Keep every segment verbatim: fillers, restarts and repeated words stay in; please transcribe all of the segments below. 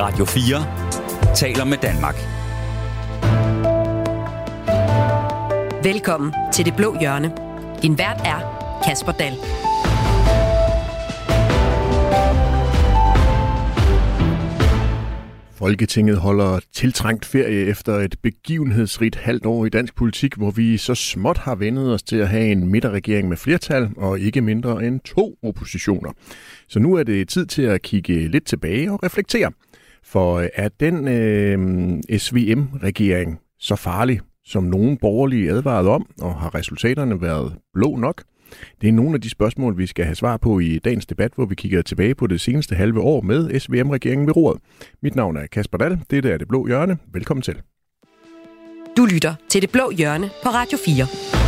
Radio fire taler med Danmark. Velkommen til Det Blå Hjørne. Din vært er Kasper Dahl. Folketinget holder tiltrængt ferie efter et begivenhedsrigt halvt år i dansk politik, hvor vi så småt har vendet os til at have en midterregering med flertal og ikke mindre end to oppositioner. Så nu er det tid til at kigge lidt tilbage og reflektere. For er den øh, S V M-regering så farlig, som nogen borgerlige advarede om, og har resultaterne været blå nok? Det er nogle af de spørgsmål, vi skal have svar på i dagens debat, hvor vi kigger tilbage på det seneste halve år med S V M-regeringen ved roret. Mit navn er Kasper Dahl. Dette er Det Blå Hjørne. Velkommen til. Du lytter til Det Blå Hjørne på Radio fire.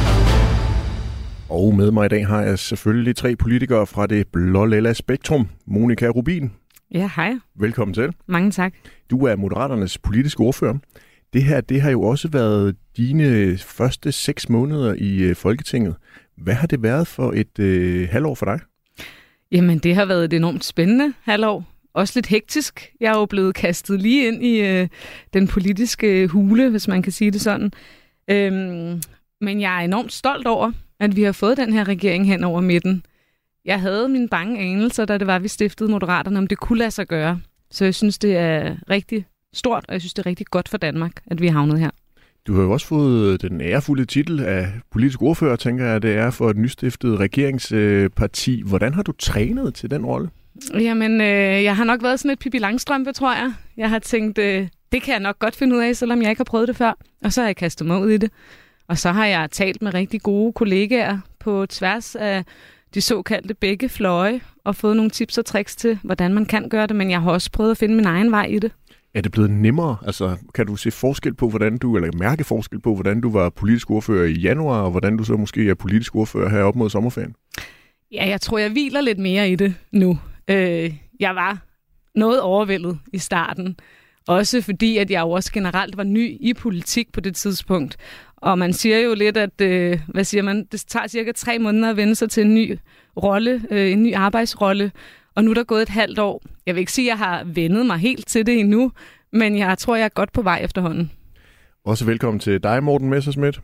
Og med mig i dag har jeg selvfølgelig tre politikere fra det blå-lilla spektrum. Monika Rubin. Ja, hej. Velkommen til. Mange tak. Du er Moderaternes politiske ordfører. Det her, det har jo også været dine første seks måneder i øh, Folketinget. Hvad har det været for et øh, halvår for dig? Jamen, det har været et enormt spændende halvår. Også lidt hektisk. Jeg er jo blevet kastet lige ind i øh, den politiske hule, hvis man kan sige det sådan. Øhm, men jeg er enormt stolt over, at vi har fået den her regering hen over midten. Jeg havde mine bange anelser, da det var, vi stiftede Moderaterne, om det kunne lade sig gøre. Så jeg synes, det er rigtig stort, og jeg synes, det er rigtig godt for Danmark, at vi er havnet her. Du har jo også fået den ærefulde titel af politisk ordfører, tænker jeg, det er for et nystiftet regeringsparti. Hvordan har du trænet til den rolle? Jamen, øh, jeg har nok været sådan et Pippi Langstrømpe, tror jeg. Jeg har tænkt, øh, det kan jeg nok godt finde ud af, selvom jeg ikke har prøvet det før. Og så har jeg kastet mig ud i det. Og så har jeg talt med rigtig gode kollegaer på tværs af de såkaldte begge fløje, og fået nogle tips og tricks til, hvordan man kan gøre det. Men jeg har også prøvet at finde min egen vej i det. Er det blevet nemmere? Altså, kan du se forskel på, hvordan du, eller mærke forskel på, hvordan du var politisk ordfører i januar, og hvordan du så måske er politisk ordfører her op mod sommerferien? Ja, jeg tror, jeg hviler lidt mere i det nu. Øh, jeg var noget overvældet i starten. Også fordi, at jeg jo også generelt var ny i politik på det tidspunkt. Og man siger jo lidt, at øh, hvad siger man? Det tager cirka tre måneder at vende sig til en ny rolle, øh, en ny arbejdsrolle. Og nu er der gået et halvt år. Jeg vil ikke sige, at jeg har vendet mig helt til det endnu, men jeg tror, jeg er godt på vej efterhånden. Også velkommen til dig, Morten Messerschmidt.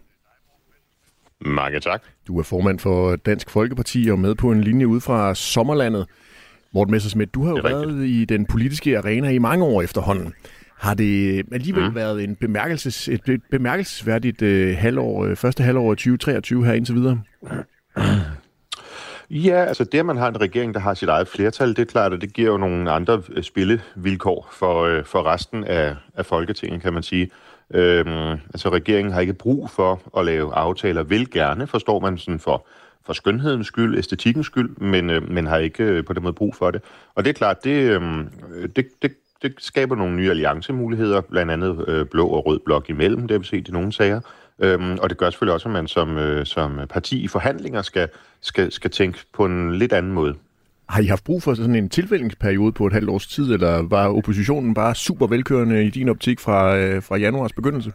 Mange tak. Du er formand for Dansk Folkeparti og med på en linje ud fra sommerlandet. Morten Messerschmidt, du har jo været rigtigt i den politiske arena i mange år efterhånden. Har det alligevel mm. været en bemærkelses, et bemærkelsesværdigt uh, halvår, første halvår af tyve treogtyve her indtil videre? Ja, altså det, at man har en regering, der har sit eget flertal, det er klart, at det giver jo nogle andre spillevilkår for, for resten af, af Folketinget, kan man sige. Øhm, altså regeringen har ikke brug for at lave aftaler, vil gerne, forstår man, sådan for, for skønhedens skyld, æstetikkens skyld, men, øh, men har ikke på den måde brug for det. Og det er klart, det, øh, det, det, det skaber nogle nye alliancemuligheder, blandt andet øh, blå og rød blok imellem, det har vi set i nogle sager. Øhm, og det gør selvfølgelig også, at man som, øh, som parti i forhandlinger skal, skal, skal tænke på en lidt anden måde. Har I haft brug for sådan en tilvælgingsperiode på et halvt års tid, eller var oppositionen bare super velkørende i din optik fra, øh, fra januars begyndelse?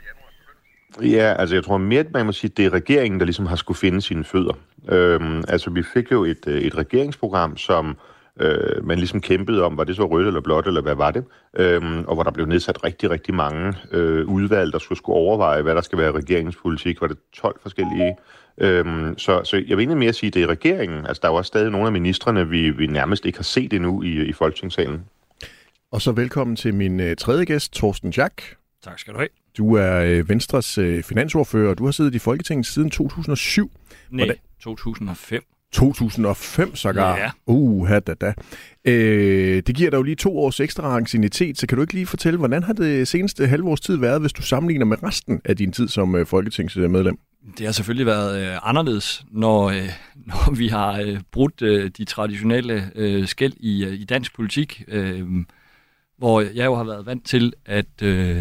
Ja, altså jeg tror mere, at man må sige, at det er regeringen, der ligesom har skulle finde sine fødder. Øhm, altså vi fik jo et, et regeringsprogram, som øh, man ligesom kæmpede om, var det så rødt eller blåt, eller hvad var det? Øhm, og hvor der blev nedsat rigtig, rigtig mange øh, udvalg, der skulle, skulle overveje, hvad der skal være regeringens politik. Var det tolv forskellige? Øhm, så, så jeg vil egentlig mere sige, at det er regeringen. Altså der er jo også stadig nogle af ministrene, vi, vi nærmest ikke har set endnu i, i Folketingssalen. Og så velkommen til min øh, tredje gæst, Torsten Schack. Tak skal du have. Du er øh, Venstres øh, finansordfører, og du har siddet i Folketinget siden to tusind og syv. Nej, Hvordan? to tusind og fem. to tusind og fem sågar. Ja. Uh, da, da. Øh, det giver dig jo lige to års ekstra anciennitet, så kan du ikke lige fortælle, hvordan har det seneste halvårs tid været, hvis du sammenligner med resten af din tid som øh, folketingsmedlem? Det har selvfølgelig været øh, anderledes, når, øh, når vi har øh, brudt øh, de traditionelle øh, skel i, øh, i dansk politik, øh, hvor jeg jo har været vant til at øh,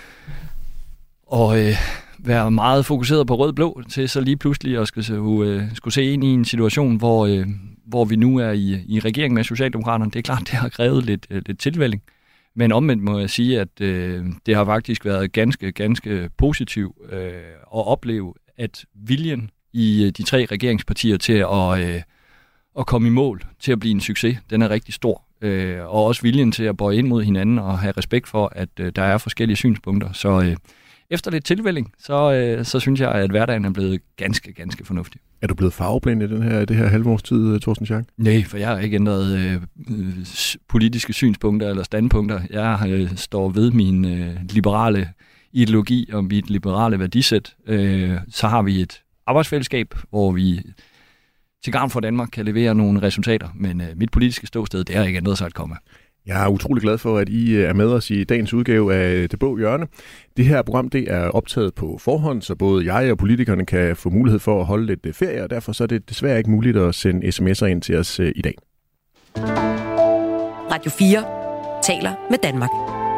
og, øh, være meget fokuseret på rød-blå, til så lige pludselig at skulle, øh, skulle se ind i en situation, hvor, øh, hvor vi nu er i, i regering med Socialdemokraterne. Det er klart, det har krævet lidt, øh, lidt tilvælling. Men omvendt må jeg sige, at øh, det har faktisk været ganske, ganske positivt øh, at opleve, at viljen i de tre regeringspartier til at, øh, at komme i mål, til at blive en succes, den er rigtig stor. øh, og også viljen til at bøje ind mod hinanden og have respekt for, at øh, der er forskellige synspunkter. Så øh, efter lidt tilvælling, så, øh, så synes jeg, at hverdagen er blevet ganske, ganske fornuftig. Er du blevet farveblind i den her, det her halve års tid, Torsten Schack? Nej, for jeg har ikke ændret øh, politiske synspunkter eller standpunkter. Jeg øh, står ved min øh, liberale ideologi og mit liberale værdisæt. Øh, så har vi et arbejdsfællesskab, hvor vi til gavn for Danmark kan levere nogle resultater. Men øh, mit politiske ståsted, det er ikke ændret sig at komme. Jeg er utrolig glad for, at I er med os i dagens udgave af Det Blå Hjørne. Det her program det er optaget på forhånd, så både jeg og politikerne kan få mulighed for at holde lidt ferie, og derfor så er det desværre ikke muligt at sende sms'er ind til os i dag. Radio fire taler med Danmark.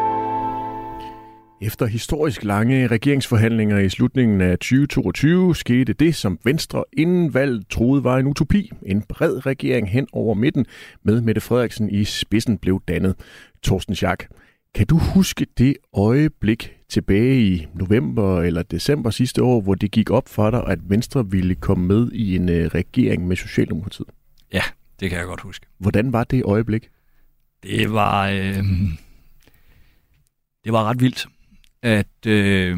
Efter historisk lange regeringsforhandlinger i slutningen af tyve toogtyve skete det, som Venstre inden valget troede var en utopi. En bred regering hen over midten med Mette Frederiksen i spidsen blev dannet. Torsten Schack, kan du huske det øjeblik tilbage i november eller december sidste år, hvor det gik op for dig, at Venstre ville komme med i en regering med Socialdemokratiet? Ja, det kan jeg godt huske. Hvordan var det øjeblik? Det var, øh, det var ret vildt. At, øh,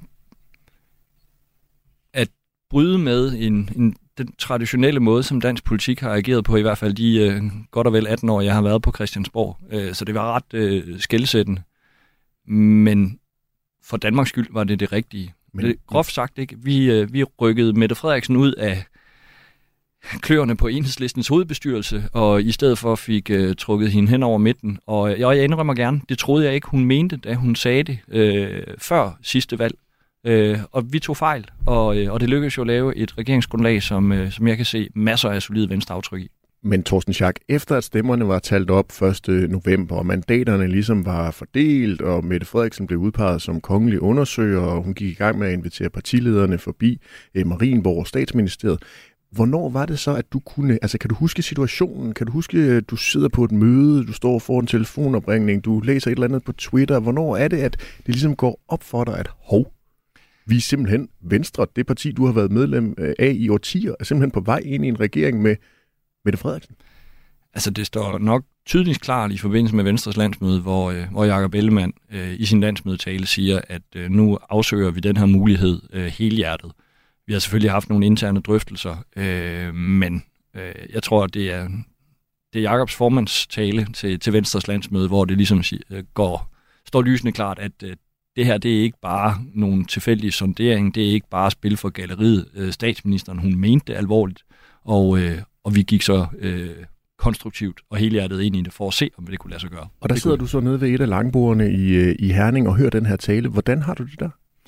at bryde med en, en, den traditionelle måde, som dansk politik har ageret på, i hvert fald de øh, godt og vel atten år, jeg har været på Christiansborg. Øh, så det var ret øh, skelsættende. Men for Danmarks skyld var det det rigtige. Men, det, groft sagt, ikke? Vi, øh, vi rykkede Mette Frederiksen ud af kløerne på Enhedslistens hovedbestyrelse, og i stedet for fik øh, trukket hende hen over midten. Og jeg, jeg indrømmer gerne, det troede jeg ikke, hun mente, da hun sagde det øh, før sidste valg. Øh, og vi tog fejl, og, øh, og det lykkedes jo at lave et regeringsgrundlag, som, øh, som jeg kan se masser af solide venstreaftryk i. Men Torsten Schack, efter at stemmerne var talt op første november, og mandaterne ligesom var fordelt, og Mette Frederiksen blev udpeget som kongelig undersøger, og hun gik i gang med at invitere partilederne forbi øh, Marienborg og Statsministeriet, hvornår var det så, at du kunne, altså kan du huske situationen? Kan du huske, at du sidder på et møde, du står for en telefonopringning, du læser et eller andet på Twitter. Hvornår er det, at det ligesom går op for dig, at hov, vi er simpelthen Venstre, det parti, du har været medlem af i årtier, er simpelthen på vej ind i en regering med Mette Frederiksen? Altså det står nok tydeligt klart i forbindelse med Venstres landsmøde, hvor, øh, hvor Jakob Ellemann øh, i sin landsmødetale siger, at øh, nu afsøger vi den her mulighed øh, helhjertet. Vi har selvfølgelig haft nogle interne drøftelser, øh, men øh, jeg tror, at det er, det er Jakobs formands tale til, til Venstres landsmøde, hvor det ligesom øh, går, står lysende klart, at øh, det her det er ikke bare nogen tilfældig sondering, det er ikke bare spil for galleriet. Øh, statsministeren, hun mente det alvorligt, og, øh, og vi gik så øh, konstruktivt og helhjertet ind i det for at se, om det kunne lade sig gøre. Og der sidder du så nede ved et af langbordene i, i Herning og hører den her tale. Hvordan har du det der?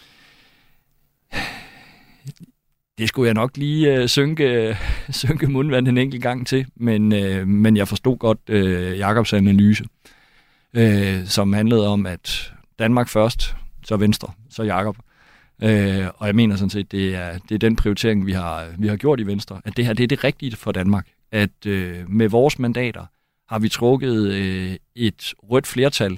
Det skulle jeg nok lige øh, synke, synke mundvand en enkelt gang til, men, øh, men jeg forstod godt øh, Jakobs analyse, øh, som handlede om, at Danmark først, så Venstre, så Jakob. Øh, og jeg mener sådan set, det er, det er den prioritering, vi har, vi har gjort i Venstre, at det her det er det rigtige for Danmark. At øh, med vores mandater har vi trukket øh, et rødt flertal,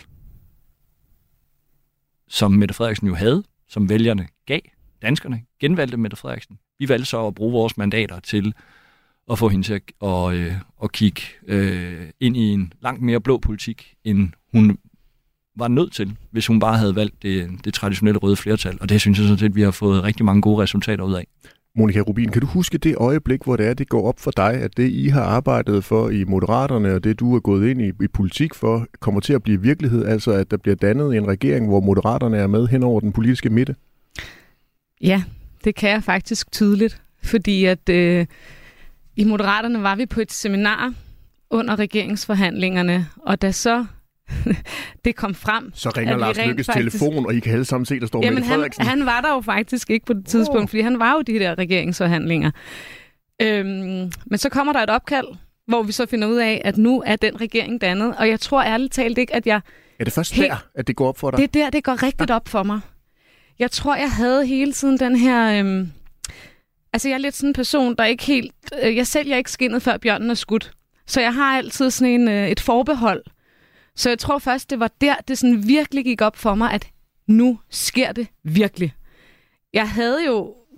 som Mette Frederiksen jo havde, som vælgerne gav. Danskerne genvalgte Mette Frederiksen. Vi valgte så at bruge vores mandater til at få hende til at, og, øh, at kigge øh, ind i en langt mere blå politik, end hun var nødt til, hvis hun bare havde valgt det, det traditionelle røde flertal. Og det synes jeg sådan set, at vi har fået rigtig mange gode resultater ud af. Monika Rubin, kan du huske det øjeblik, hvor det er, det går op for dig, at det, I har arbejdet for i Moderaterne, og det, du er gået ind i, i politik for, kommer til at blive virkelighed, altså at der bliver dannet en regering, hvor Moderaterne er med hen over den politiske midte? Ja, det kan jeg faktisk tydeligt, fordi at øh, i Moderaterne var vi på et seminar under regeringsforhandlingerne, og da så det kom frem... Så ringer Lars Løkkes faktisk... telefon, og I kan alle sammen se, der står Mette Frederiksen. Han, han var der jo faktisk ikke på det tidspunkt, oh. fordi han var jo de der regeringsforhandlinger. Øhm, men så kommer der et opkald, hvor vi så finder ud af, at nu er den regering dannet, og jeg tror ærligt talt ikke, at jeg... Er det først helt... der, at det går op for dig? Det er der, det går rigtigt op for mig. Jeg tror, jeg havde hele tiden den her... Øhm, altså, jeg er lidt sådan en person, der ikke helt... Øh, jeg sælger ikke skindet, før bjørnen er skudt. Så jeg har altid sådan en, øh, et forbehold. Så jeg tror først, det var der, det sådan virkelig gik op for mig, at nu sker det virkelig. Jeg havde jo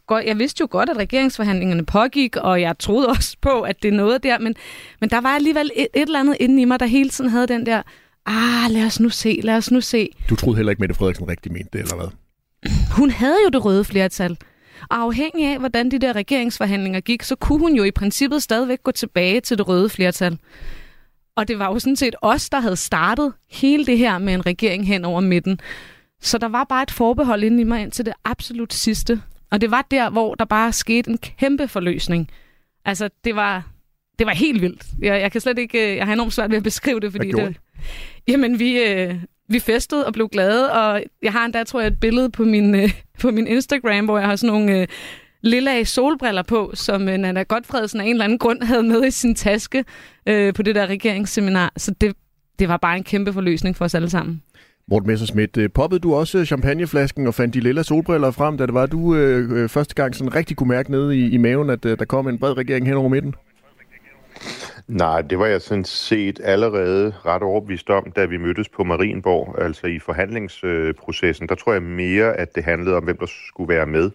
godt, jeg vidste jo godt, at regeringsforhandlingerne pågik, og jeg troede også på, at det nåede der, men, men der var alligevel et, et eller andet inde i mig, der hele tiden havde den der, ah, lad os nu se, lad os nu se. Du troede heller ikke, Mette Frederiksen rigtig mente det, eller hvad? Hun havde jo det røde flertal. Og afhængig af, hvordan de der regeringsforhandlinger gik, så kunne hun jo i princippet stadigvæk gå tilbage til det røde flertal. Og det var jo sådan set os, der havde startet hele det her med en regering hen over midten. Så der var bare et forbehold inde i mig indtil det absolut sidste. Og det var der, hvor der bare skete en kæmpe forløsning. Altså, det var, det var helt vildt. Jeg, jeg kan slet ikke... Jeg har enormt svært ved at beskrive det, fordi det... Jamen, vi... Øh, Vi festede og blev glade, og jeg har endda, tror jeg, et billede på min, øh, på min Instagram, hvor jeg har sådan nogle øh, lilla solbriller på, som øh, Nanna Gotfredsen af en eller anden grund havde med i sin taske øh, på det der regeringsseminar. Så det, det var bare en kæmpe forløsning for os alle sammen. Morten Messerschmidt, poppede du også champagneflasken og fandt de lilla solbriller frem, da det var, du øh, første gang sådan rigtig kunne mærke nede i, i maven, at øh, der kom en bred regering hen over midten? Nej, det var jeg sådan set allerede ret overbevist om, da vi mødtes på Marienborg, altså i forhandlingsprocessen. Der tror jeg mere, at det handlede om, hvem der skulle være med.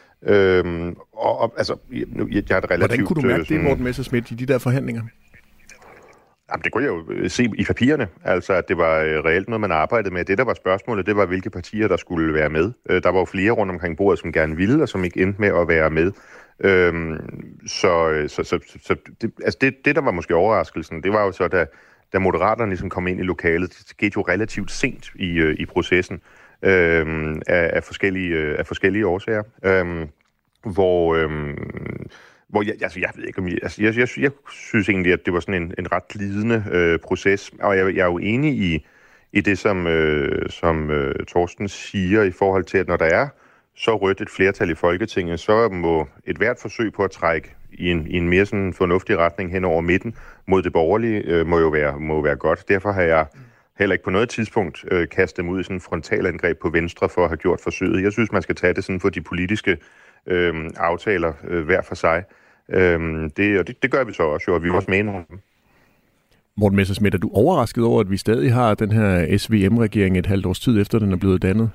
Øhm, og, og altså, jeg, jeg har et relativt... Hvordan kunne du mærke sådan, det, Morten Messerschmidt, i de der forhandlinger? Jamen, det kunne jeg jo se i papirerne, altså at det var reelt noget, man arbejdede med. Det, der var spørgsmålet, det var, hvilke partier, der skulle være med. Der var jo flere rundt omkring bordet, som gerne ville, og som ikke endte med at være med. Øhm, så så, så, så det, altså det, det, der var måske overraskelsen, det var jo så, da, da Moderaterne ligesom kom ind i lokalet, det skete jo relativt sent i, øh, i processen øh, af, af, forskellige, øh, af forskellige årsager, øh, hvor, øh, hvor jeg, altså jeg ved ikke om jeg, altså jeg, jeg, jeg synes egentlig, at det var sådan en, en ret glidende øh, proces, og jeg, jeg er jo enig i, i det, som, øh, som øh, Torsten siger i forhold til, at når der er så rødt et flertal i Folketinget, så må et hvert forsøg på at trække i en, i en mere sådan fornuftig retning hen over midten mod det borgerlige, øh, må jo være, må være godt. Derfor har jeg heller ikke på noget tidspunkt øh, kastet dem ud i sådan en frontalangreb på Venstre for at have gjort forsøget. Jeg synes, man skal tage det sådan for de politiske øh, aftaler øh, hver for sig. Øh, det, og det, det gør vi så også jo, og vi er også med nogle af dem. Morten Messerschmidt, er du overrasket over, at vi stadig har den her S V M-regering et halvt års tid efter, den er blevet dannet?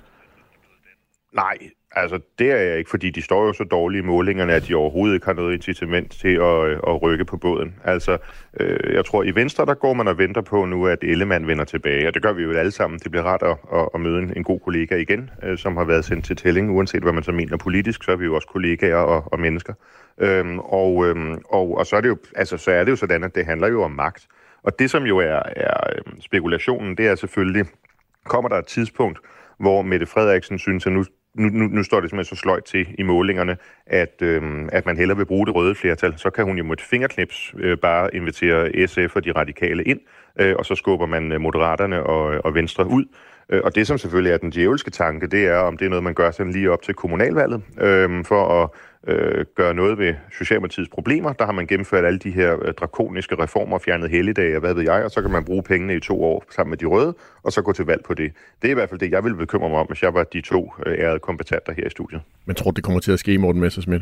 Nej, altså det er jeg ikke, fordi de står jo så dårlige i målingerne, at de overhovedet ikke har noget incitament til at, at rykke på båden. Altså, øh, jeg tror, i Venstre, der går man og venter på nu, at Ellemann vender tilbage, og det gør vi jo alle sammen. Det bliver rart at, at, at møde en, en god kollega igen, øh, som har været sendt til tælling. Uanset hvad man så mener politisk, så er vi jo også kollegaer og, og mennesker. Øhm, og, øhm, og, og så er det jo, altså, så er det jo sådan, at det handler jo om magt. Og det, som jo er, er spekulationen, det er selvfølgelig, kommer der et tidspunkt, hvor Mette Frederiksen synes, at nu Nu, nu, nu står det simpelthen så sløjt til i målingerne, at, øhm, at man hellere vil bruge det røde flertal. Så kan hun jo med et fingerknips øh, bare invitere S F og de radikale ind, øh, og så skubber man Moderaterne og, og Venstre ud. Øh, og det, som selvfølgelig er den djævelske tanke, det er, om det er noget, man gør sådan lige op til kommunalvalget, øh, for at øh, gøre noget ved Socialdemokratiets problemer. Der har man gennemført alle de her øh, drakoniske reformer, fjernet helligdage og hvad ved jeg, og så kan man bruge pengene i to år sammen med de røde, og så gå til valg på det. Det er i hvert fald det, jeg ville bekymre mig om, hvis jeg var de to øh, ærede kompetenter her i studiet. Men tror det kommer til at ske, Morten Messerschmidt?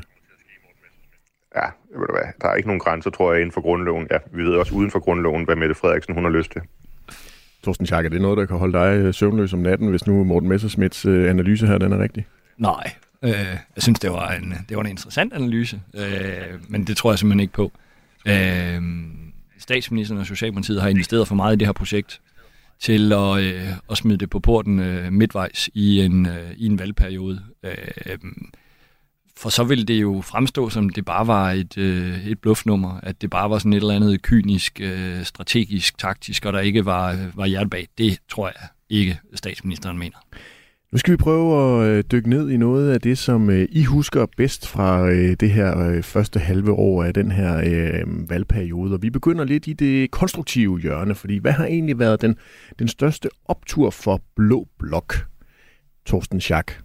Ja, ved du hvad, der er ikke nogen grænser, tror jeg, inden for grundloven. Ja, vi ved også uden for grundloven, hvad Mette Frederiksen hun har lyst til. Torsten Schack, er det noget, der kan holde dig søvnløs om natten, hvis nu Morten Messerschmidts analyse her, den er rigtig? Nej, øh, jeg synes, det var en, det var en interessant analyse, øh, men det tror jeg simpelthen ikke på. Øh, statsministeren og Socialdemokratiet har investeret for meget i det her projekt til at, øh, at smide det på porten øh, midtvejs i en, øh, i en valgperiode. Øh, For så ville det jo fremstå, som det bare var et, øh, et bluffnummer, at det bare var sådan et eller andet kynisk, øh, strategisk, taktisk, og der ikke var, var hjerte bag. Det tror jeg ikke, statsministeren mener. Nu skal vi prøve at dykke ned i noget af det, som I husker bedst fra det her første halve år af den her øh, valgperiode. Og vi begynder lidt i det konstruktive hjørne, fordi hvad har egentlig været den, den største optur for Blå Blok? Torsten Schack.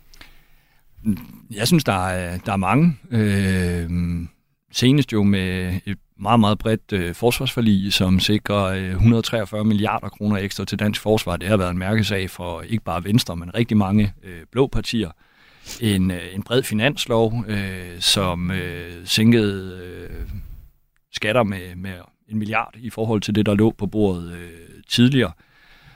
Jeg synes, der er, der er mange. Øh, senest jo med et meget, meget bredt øh, forsvarsforlig, som sikrer øh, et hundrede og treogfyrre milliarder kroner ekstra til dansk forsvar. Det har været en mærkesag for ikke bare Venstre, men rigtig mange øh, blå partier. En, øh, en bred finanslov, øh, som øh, sænkede øh, skatter med, med en milliard i forhold til det, der lå på bordet øh, tidligere.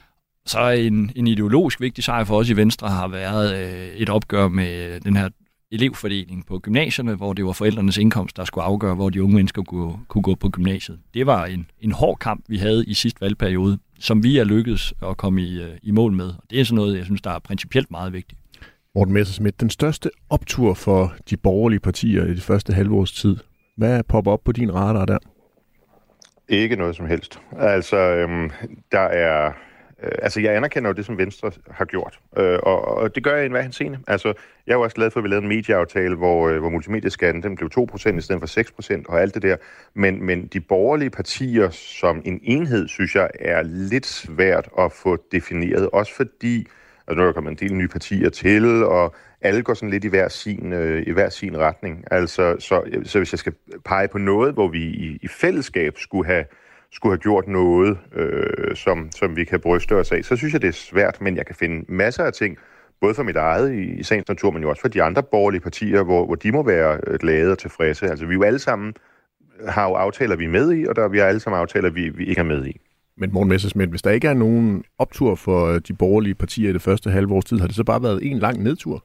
Så en, en ideologisk vigtig sejr for os i Venstre har været øh, et opgør med den her elevfordeling på gymnasierne, hvor det var forældrenes indkomst, der skulle afgøre, hvor de unge mennesker kunne, kunne gå på gymnasiet. Det var en, en hård kamp, vi havde i sidste valgperiode, som vi er lykkedes at komme i, i mål med. Og det er sådan noget, jeg synes, der er principielt meget vigtigt. Morten Messerschmidt, den største optur for de borgerlige partier i det første halvårs tid. Hvad popper op på din radar der? Ikke noget som helst. Altså, øhm, der er... Øh, altså, jeg anerkender jo det, som Venstre har gjort. Øh, og, og det gør jeg i enhver henseende. Altså, jeg er jo også glad for, at vi lavede en medieaftale, hvor, øh, hvor multimedieskatten den blev to procent i stedet for seks procent og alt det der. Men, men de borgerlige partier som en enhed, synes jeg, er lidt svært at få defineret. Også fordi, altså nu er der kommet en del nye partier til, og alle går sådan lidt i hver sin, øh, i hver sin retning. Altså, så, så hvis jeg skal pege på noget, hvor vi i, i fællesskab skulle have, skulle have gjort noget, øh, som, som vi kan bryste os af, så synes jeg, det er svært, men jeg kan finde masser af ting, både for mit eget i, i sagens natur, men jo også for de andre borgerlige partier, hvor, hvor de må være glade og tilfredse. Altså, vi jo alle sammen har jo aftaler, vi er med i, og der vi har alle sammen aftaler, vi, vi ikke er med i. Men Morten Messerschmidt, hvis der ikke er nogen optur for de borgerlige partier i det første halve års tid, har det så bare været en lang nedtur?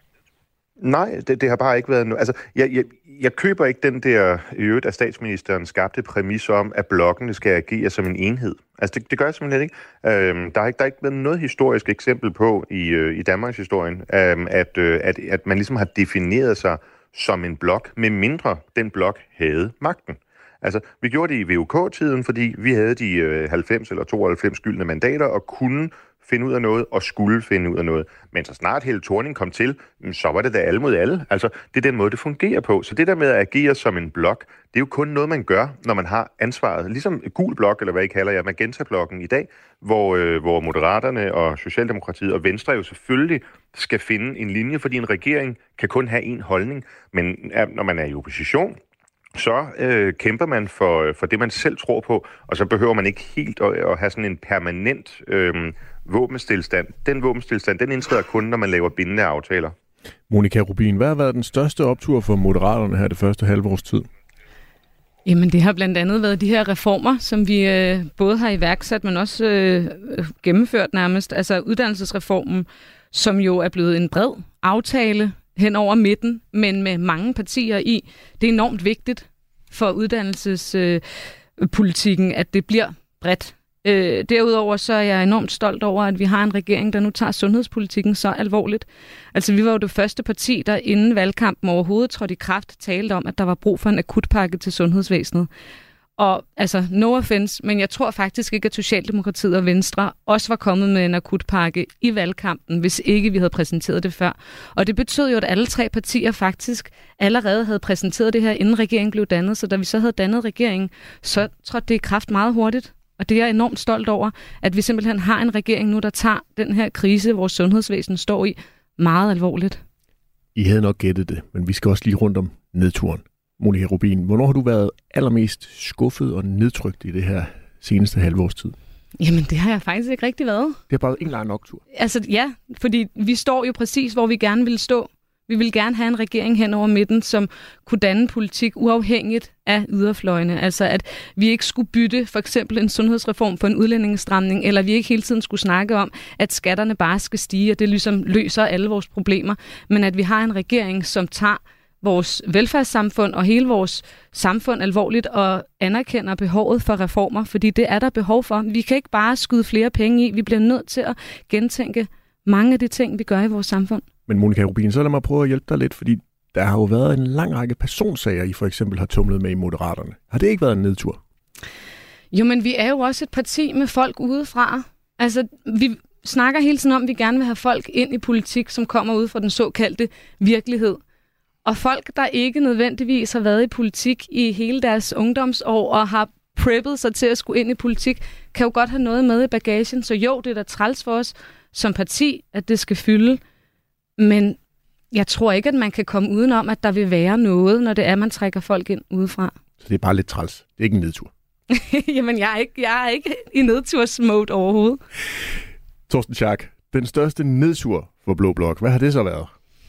Nej, det, det har bare ikke været... No- altså, jeg, jeg, jeg køber ikke den der i øvrigt af statsministeren skabte præmis om, at blokkene skal agere som en enhed. Altså, det, det gør jeg simpelthen ikke. Øhm, der har ikke der har ikke været noget historisk eksempel på i, øh, i Danmarks historien, øhm, at, øh, at, at man ligesom har defineret sig som en blok, med mindre den blok havde magten. Altså, vi gjorde det i V U K-tiden, fordi vi havde de øh, halvfems eller tooghalvfems gyldne mandater og kunne finde ud af noget og skulle finde ud af noget. Men så snart Helle Thorning kom til, så var det da alle mod alle. Altså, det er den måde, det fungerer på. Så det der med at agere som en blok, det er jo kun noget, man gør, når man har ansvaret. Ligesom gul blok, eller hvad I kalder jer, Magenta-blokken i dag, hvor, øh, hvor Moderaterne og Socialdemokratiet og Venstre jo selvfølgelig skal finde en linje, fordi en regering kan kun have en holdning. Men er, når man er i opposition, så øh, kæmper man for, for det, man selv tror på, og så behøver man ikke helt at, at have sådan en permanent øh, våbenstilstand. Den våbenstilstand, den indtræder kun, når man laver bindende aftaler. Monika Rubin, hvad har været den største optur for Moderaterne her det første halve års tid? Jamen, det har blandt andet været de her reformer, som vi øh, både har iværksat, men også øh, gennemført nærmest. Altså uddannelsesreformen, som jo er blevet en bred aftale hen over midten, men med mange partier i. Det er enormt vigtigt for uddannelsespolitikken, øh, at det bliver bredt. Øh, derudover så er jeg enormt stolt over, at vi har en regering, der nu tager sundhedspolitikken så alvorligt. Altså, vi var jo det første parti, der inden valgkampen overhovedet trådte i kraft, talte om, at der var brug for en akutpakke til sundhedsvæsenet. Og altså, no offense, men jeg tror faktisk ikke, at Socialdemokratiet og Venstre også var kommet med en akutpakke i valgkampen, hvis ikke vi havde præsenteret det før. Og det betød jo, at alle tre partier faktisk allerede havde præsenteret det her, inden regeringen blev dannet. Så da vi så havde dannet regeringen, så trådte det i kraft meget hurtigt. Og det er jeg enormt stolt over, at vi simpelthen har en regering nu, der tager den her krise, vores sundhedsvæsen står i, meget alvorligt. I havde nok gættet det, men vi skal også lige rundt om nedturen. Monika Rubin, hvornår har du været allermest skuffet og nedtrykt i det her seneste halvårs tid? Jamen, det har jeg faktisk ikke rigtig været. Det har bare været en lang optur. Altså, ja, fordi vi står jo præcis, hvor vi gerne vil stå. Vi vil gerne have en regering hen over midten, som kunne danne politik uafhængigt af yderfløjene. Altså, at vi ikke skulle bytte for eksempel en sundhedsreform for en udlændingestramning, eller vi ikke hele tiden skulle snakke om, at skatterne bare skal stige, og det ligesom løser alle vores problemer. Men at vi har en regering, som tager vores velfærdssamfund og hele vores samfund alvorligt og anerkender behovet for reformer, fordi det er der behov for. Vi kan ikke bare skyde flere penge i. Vi bliver nødt til at gentænke mange af de ting, vi gør i vores samfund. Men Monika Rubin, så lad mig prøve at hjælpe dig lidt, fordi der har jo været en lang række personsager, I for eksempel har tumlet med i Moderaterne. Har det ikke været en nedtur? Jo, men vi er jo også et parti med folk udefra. Altså, vi snakker hele tiden om, at vi gerne vil have folk ind i politik, som kommer ud fra den såkaldte virkelighed. Og folk, der ikke nødvendigvis har været i politik i hele deres ungdomsår og har preppet sig til at skulle ind i politik, kan jo godt have noget med i bagagen. Så jo, det er da træls for os som parti, at det skal fylde. Men jeg tror ikke, at man kan komme udenom, at der vil være noget, når det er, man trækker folk ind udefra. Så det er bare lidt træls. Det er ikke en nedtur. Jamen, jeg er ikke, jeg er ikke i nedtursmode overhovedet. Torsten Schack, den største nedtur for Blå Blok, hvad har det så været?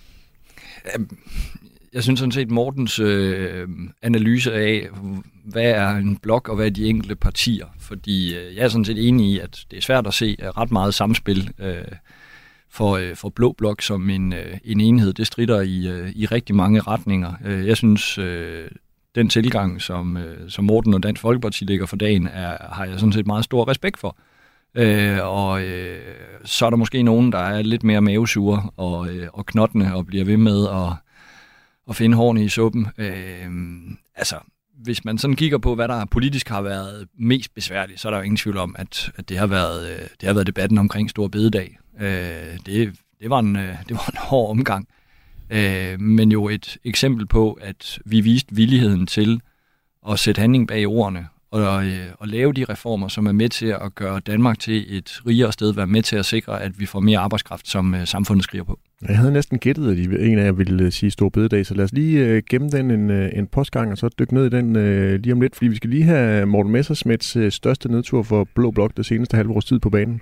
Jeg synes sådan set, Mortens øh, analyse af, hvad er en blok og hvad er de enkelte partier. Fordi øh, jeg er sådan set enig i, at det er svært at se ret meget samspil øh, for, øh, for Blå Blok som en, øh, en enhed. Det stritter i, øh, i rigtig mange retninger. Øh, jeg synes, øh, den tilgang, som, øh, som Morten og Dansk Folkeparti lægger for dagen, er, har jeg sådan set meget stor respekt for. Øh, og øh, så er der måske nogen, der er lidt mere mavesure og, øh, og knottende og bliver ved med at, at finde hårene i suppen. Øh, altså, hvis man sådan kigger på, hvad der politisk har været mest besværligt, så er der jo ingen tvivl om, at, at det, har været, øh, det har været debatten omkring Store Bededag. Øh, det, det, var en, øh, det var en hård omgang. Øh, men jo et eksempel på, at vi viste villigheden til at sætte handling bag ordene, og, øh, og lave de reformer, som er med til at gøre Danmark til et rigere sted, være med til at sikre, at vi får mere arbejdskraft, som øh, samfundet skriver på. Jeg havde næsten gættet, at en af jer ville sige Store Bededag, så lad os lige øh, gemme den en, en postgang, og så dykke ned i den øh, lige om lidt, fordi vi skal lige have Morten Messerschmidts øh, største nedtur for Blå Blok det seneste halve års tid på banen.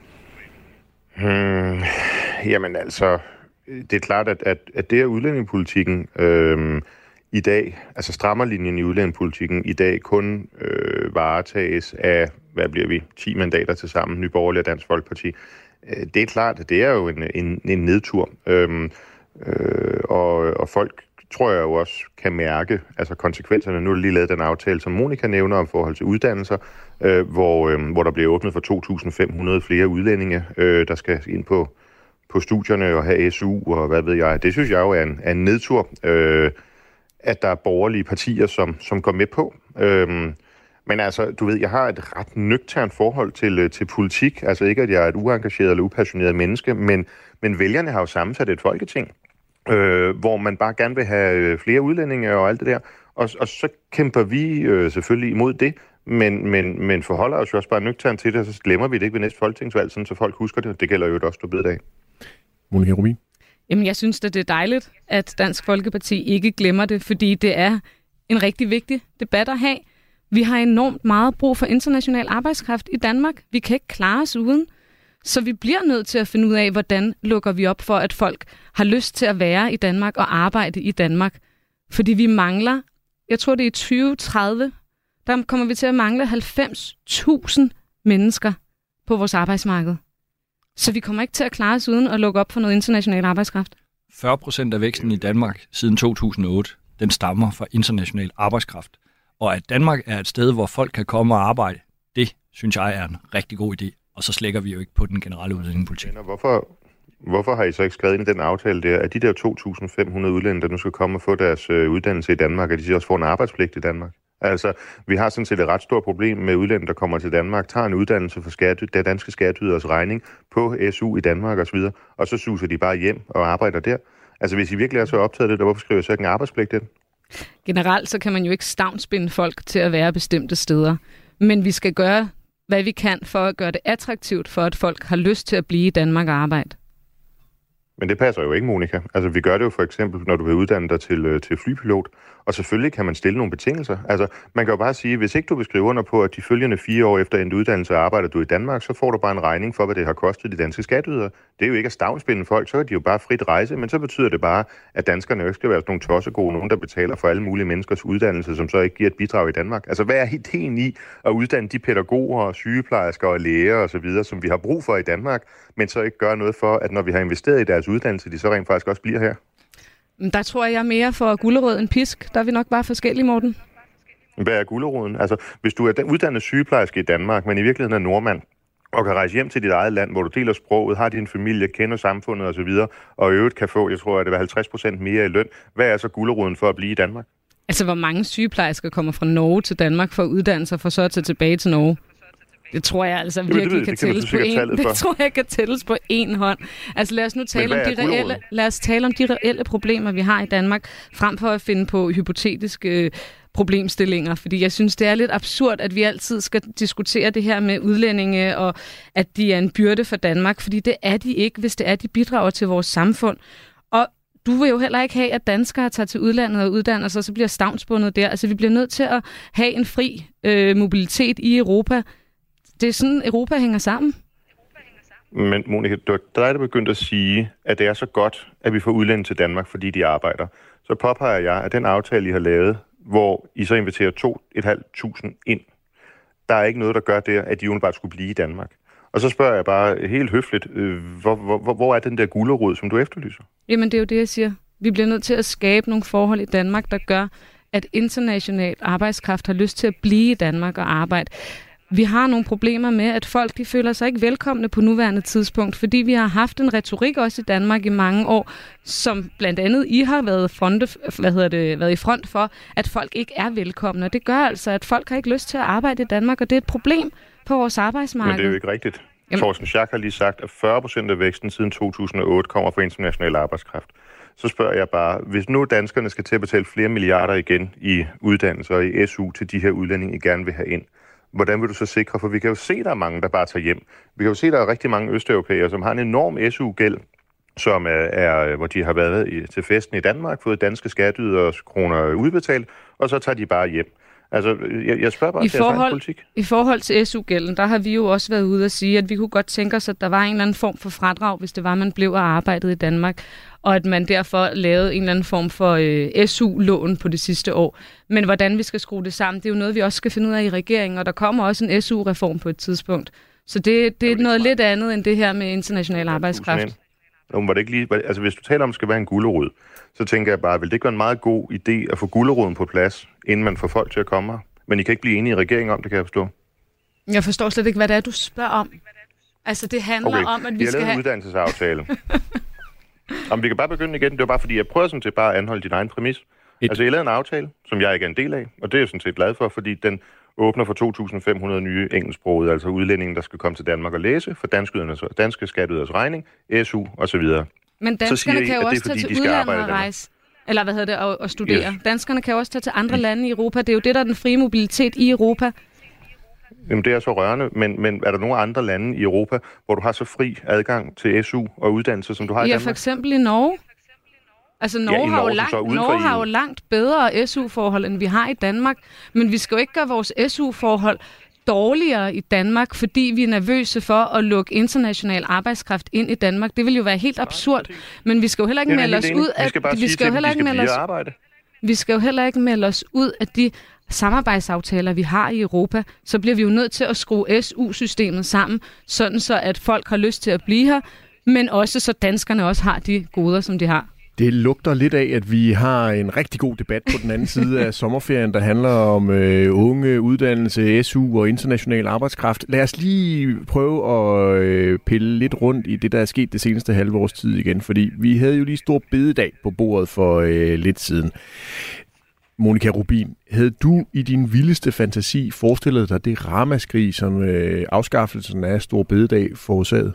Hmm, jamen altså, det er klart, at, at, at det er udlændingepolitikken øh, i dag, altså strammerlinjen i udlændingepolitikken i dag kun øh, varetages af, hvad bliver vi, ti mandater til sammen, Nye Borgerlige og Dansk Folkeparti. Det er klart, at det er jo en, en, en nedtur, øhm, øh, og, og folk tror jeg jo også kan mærke altså konsekvenserne. Nu er der lige lavet den aftale, som Monika nævner om forhold til uddannelser, øh, hvor, øh, hvor der bliver åbnet for to tusind fem hundrede flere udlændinge, øh, der skal ind på, på studierne og have S U og hvad ved jeg. Det synes jeg jo er en, er en nedtur, øh, at der er borgerlige partier, som, som går med på. Øh, Men altså, du ved, jeg har et ret nøgternt forhold til, til politik. Altså ikke, at jeg er et uengageret eller upassioneret menneske, men, men vælgerne har jo sammensat et folketing, øh, hvor man bare gerne vil have flere udlændinge og alt det der. Og, og så kæmper vi øh, selvfølgelig imod det, men, men, men forholder os jo også bare nøgternt til det, og så glemmer vi det ikke ved næste folketingsvalg, sådan, så folk husker det. Det gælder jo også Store Bededag. Monika Rubin. Jamen, jeg synes, at det er dejligt, at Dansk Folkeparti ikke glemmer det, fordi det er en rigtig vigtig debat at have. Vi har enormt meget brug for international arbejdskraft i Danmark. Vi kan ikke klare os uden. Så vi bliver nødt til at finde ud af, hvordan lukker vi op for, at folk har lyst til at være i Danmark og arbejde i Danmark. Fordi vi mangler, jeg tror det er i tyve tredive, der kommer vi til at mangle halvfems tusind mennesker på vores arbejdsmarked. Så vi kommer ikke til at klare os uden at lukke op for noget international arbejdskraft. fyrre procent af væksten i Danmark siden to tusind og otte, den stammer fra international arbejdskraft. Og at Danmark er et sted, hvor folk kan komme og arbejde, det synes jeg er en rigtig god idé. Og så slækker vi jo ikke på den generelle udlændingepolitik. Hvorfor, hvorfor har I så ikke skrevet ind i den aftale der, at de der to tusind fem hundrede udlændinge, der nu skal komme og få deres øh, uddannelse i Danmark, at de også får en arbejdspligt i Danmark? Altså, vi har sådan set et ret stort problem med udlændinge, der kommer til Danmark, tager en uddannelse for skatte, der danske skatteyderes regning på S U i Danmark osv., og så suser de bare hjem og arbejder der. Altså, hvis I virkelig er så optaget af det, hvorfor skriver I så ikke en arbejdspligt ind? Generelt så kan man jo ikke stavnsbinde folk til at være bestemte steder. Men vi skal gøre, hvad vi kan for at gøre det attraktivt for, at folk har lyst til at blive i Danmark og arbejde. Men det passer jo ikke, Monika. Altså, vi gør det jo for eksempel, når du vil uddanne dig til, til flypilot. Og selvfølgelig kan man stille nogle betingelser. Altså, man kan jo bare sige, hvis ikke du vil skrive under på, at de følgende fire år efter en uddannelse arbejder du i Danmark, så får du bare en regning for, hvad det har kostet de danske skatteydere. Det er jo ikke at stavnsbinde folk, så kan de jo bare frit rejse, men så betyder det bare, at danskerne jo ikke skal være sådan nogle tossegode, nogen der betaler for alle mulige menneskers uddannelse, som så ikke giver et bidrag i Danmark. Altså, hvad er ideen i at uddanne de pædagoger, sygeplejersker og læger osv., som vi har brug for i Danmark, men så ikke gøre noget for, at når vi har investeret i deres uddannelse, de så rent faktisk også bliver her? Der tror jeg mere for gulerod end pisk. Der er vi nok bare forskellige, Morten. Hvad er guleroden? Altså, hvis du er den uddannet sygeplejerske i Danmark, men i virkeligheden er nordmand, og kan rejse hjem til dit eget land, hvor du deler sproget, har din familie, kender samfundet osv., og i øvrigt kan få, jeg tror, at det var halvtreds procent mere i løn. Hvad er så guleroden for at blive i Danmark? Altså, hvor mange sygeplejersker kommer fra Norge til Danmark for at uddanne sig, for så at tage tilbage til Norge? Det tror jeg altså virkelig Jamen, det, kan, det, kan tælles på en. Det tror jeg kan tælles på en hånd. Altså lad os nu tale om de reelle, lad os tale om de reelle problemer vi har i Danmark, frem for at finde på hypotetiske øh, problemstillinger, fordi jeg synes det er lidt absurd, at vi altid skal diskutere det her med udlændinge og at de er en byrde for Danmark, fordi det er de ikke, hvis det er de bidrager til vores samfund. Og du vil jo heller ikke have, at danskere tager til udlandet og uddanner sig, så bliver stavnsbundet der. Altså vi bliver nødt til at have en fri øh, mobilitet i Europa. Det er sådan, Europa hænger sammen. Men Monika, det var dig, der begyndte at sige, at det er så godt, at vi får udlændinge til Danmark, fordi de arbejder. Så påpeger jeg, at den aftale, I har lavet, hvor I så inviterer to et halvt tusind ind, der er ikke noget, der gør det, at de umiddelbart skulle blive i Danmark. Og så spørger jeg bare helt høfligt, øh, hvor, hvor, hvor er den der gulerod, som du efterlyser? Jamen, det er jo det, jeg siger. Vi bliver nødt til at skabe nogle forhold i Danmark, der gør, at international arbejdskraft har lyst til at blive i Danmark og arbejde. Vi har nogle problemer med, at folk de føler sig ikke velkomne på nuværende tidspunkt, fordi vi har haft en retorik også i Danmark i mange år, som blandt andet I har været, fronte, hvad hedder det, været i front for, at folk ikke er velkomne. Og det gør altså, at folk har ikke lyst til at arbejde i Danmark, og det er et problem på vores arbejdsmarked. Men det er jo ikke rigtigt. Torsten Schack har lige sagt, at fyrre procent af væksten siden to tusind og otte kommer fra international arbejdskraft. Så spørger jeg bare, hvis nu danskerne skal til at betale flere milliarder igen i uddannelser og i S U til de her udlændinge, I gerne vil have ind, hvordan vil du så sikre? For vi kan jo se, at der er mange, der bare tager hjem. Vi kan jo se, at der er rigtig mange østeuropæere, som har en enorm S U-gæld, som er, er, hvor de har været i, til festen i Danmark, fået danske skatteyderes kroner udbetalt, og så tager de bare hjem. Altså, jeg, jeg spørger bare I til forhold, jeres politik. I forhold til S U-gælden, der har vi jo også været ude at sige, at vi kunne godt tænke os, at der var en eller anden form for fradrag, hvis det var, man blev og arbejdede i Danmark, og at man derfor lavede en eller anden form for øh, S U-lån på det sidste år. Men hvordan vi skal skrue det sammen, det er jo noget, vi også skal finde ud af i regeringen, og der kommer også en S U-reform på et tidspunkt. Så det, det er noget lidt andet end det her med international arbejdskraft. Var det ikke lige, altså hvis du taler om, at det skal være en gulerod, så tænker jeg bare, vil det ikke være en meget god idé at få guleroden på plads, inden man får folk til at komme her? Men I kan ikke blive enige i regeringen om det, kan jeg forstå. Jeg forstår slet ikke, hvad det er, du spørger om. Altså, det handler okay. om, at vi, vi skal have... en uddannelsesaftale. Om vi kan bare begynde igen. Det var bare fordi, jeg prøver sådan set bare at anholde din egen præmis. Et. Altså, jeg lavede en aftale, som jeg ikke er en del af, og det er jeg sådan set glad for, fordi den åbner for to tusind fem hundrede nye engelsksprogede, altså udlændinge, der skal komme til Danmark og læse for danske skatteyders regning, S U osv. Men danskerne kan jo også tage til udlandet og rejse. Eller hvad hedder det, og, og studere. Yes. Danskerne kan også tage til andre lande i Europa. Det er jo det, der er den frie mobilitet i Europa. Jamen, det er så rørende, men, men er der nogle andre lande i Europa, hvor du har så fri adgang til S U og uddannelse, som du har i ja, Danmark? Ja, for eksempel i Norge. Altså, Norge, ja, Norge, har, jo langt, Norge har jo langt bedre S U-forhold, end vi har i Danmark. Men vi skal jo ikke gøre vores S U-forhold dårligere i Danmark, fordi vi er nervøse for at lukke international arbejdskraft ind i Danmark. Det vil jo være helt absurd. Men vi skal jo heller ikke melde os ud af... Vi skal bare vi sige til dem, de skal blive arbejde. Vi skal jo heller ikke melde os ud af de samarbejdsaftaler, vi har i Europa. Så bliver vi jo nødt til at skrue S U-systemet sammen, sådan så at folk har lyst til at blive her, men også så danskerne også har de goder, som de har. Det lugter lidt af, at vi har en rigtig god debat på den anden side af sommerferien, der handler om øh, unge, uddannelse, S U og international arbejdskraft. Lad os lige prøve at øh, pille lidt rundt i det, der er sket det seneste halve års tid igen, fordi vi havde jo lige stor bededag på bordet for øh, lidt siden. Monika Rubin, havde du i din vildeste fantasi forestillet dig det ramaskrig, som øh, afskaffelsen af stor bededag forårsagede?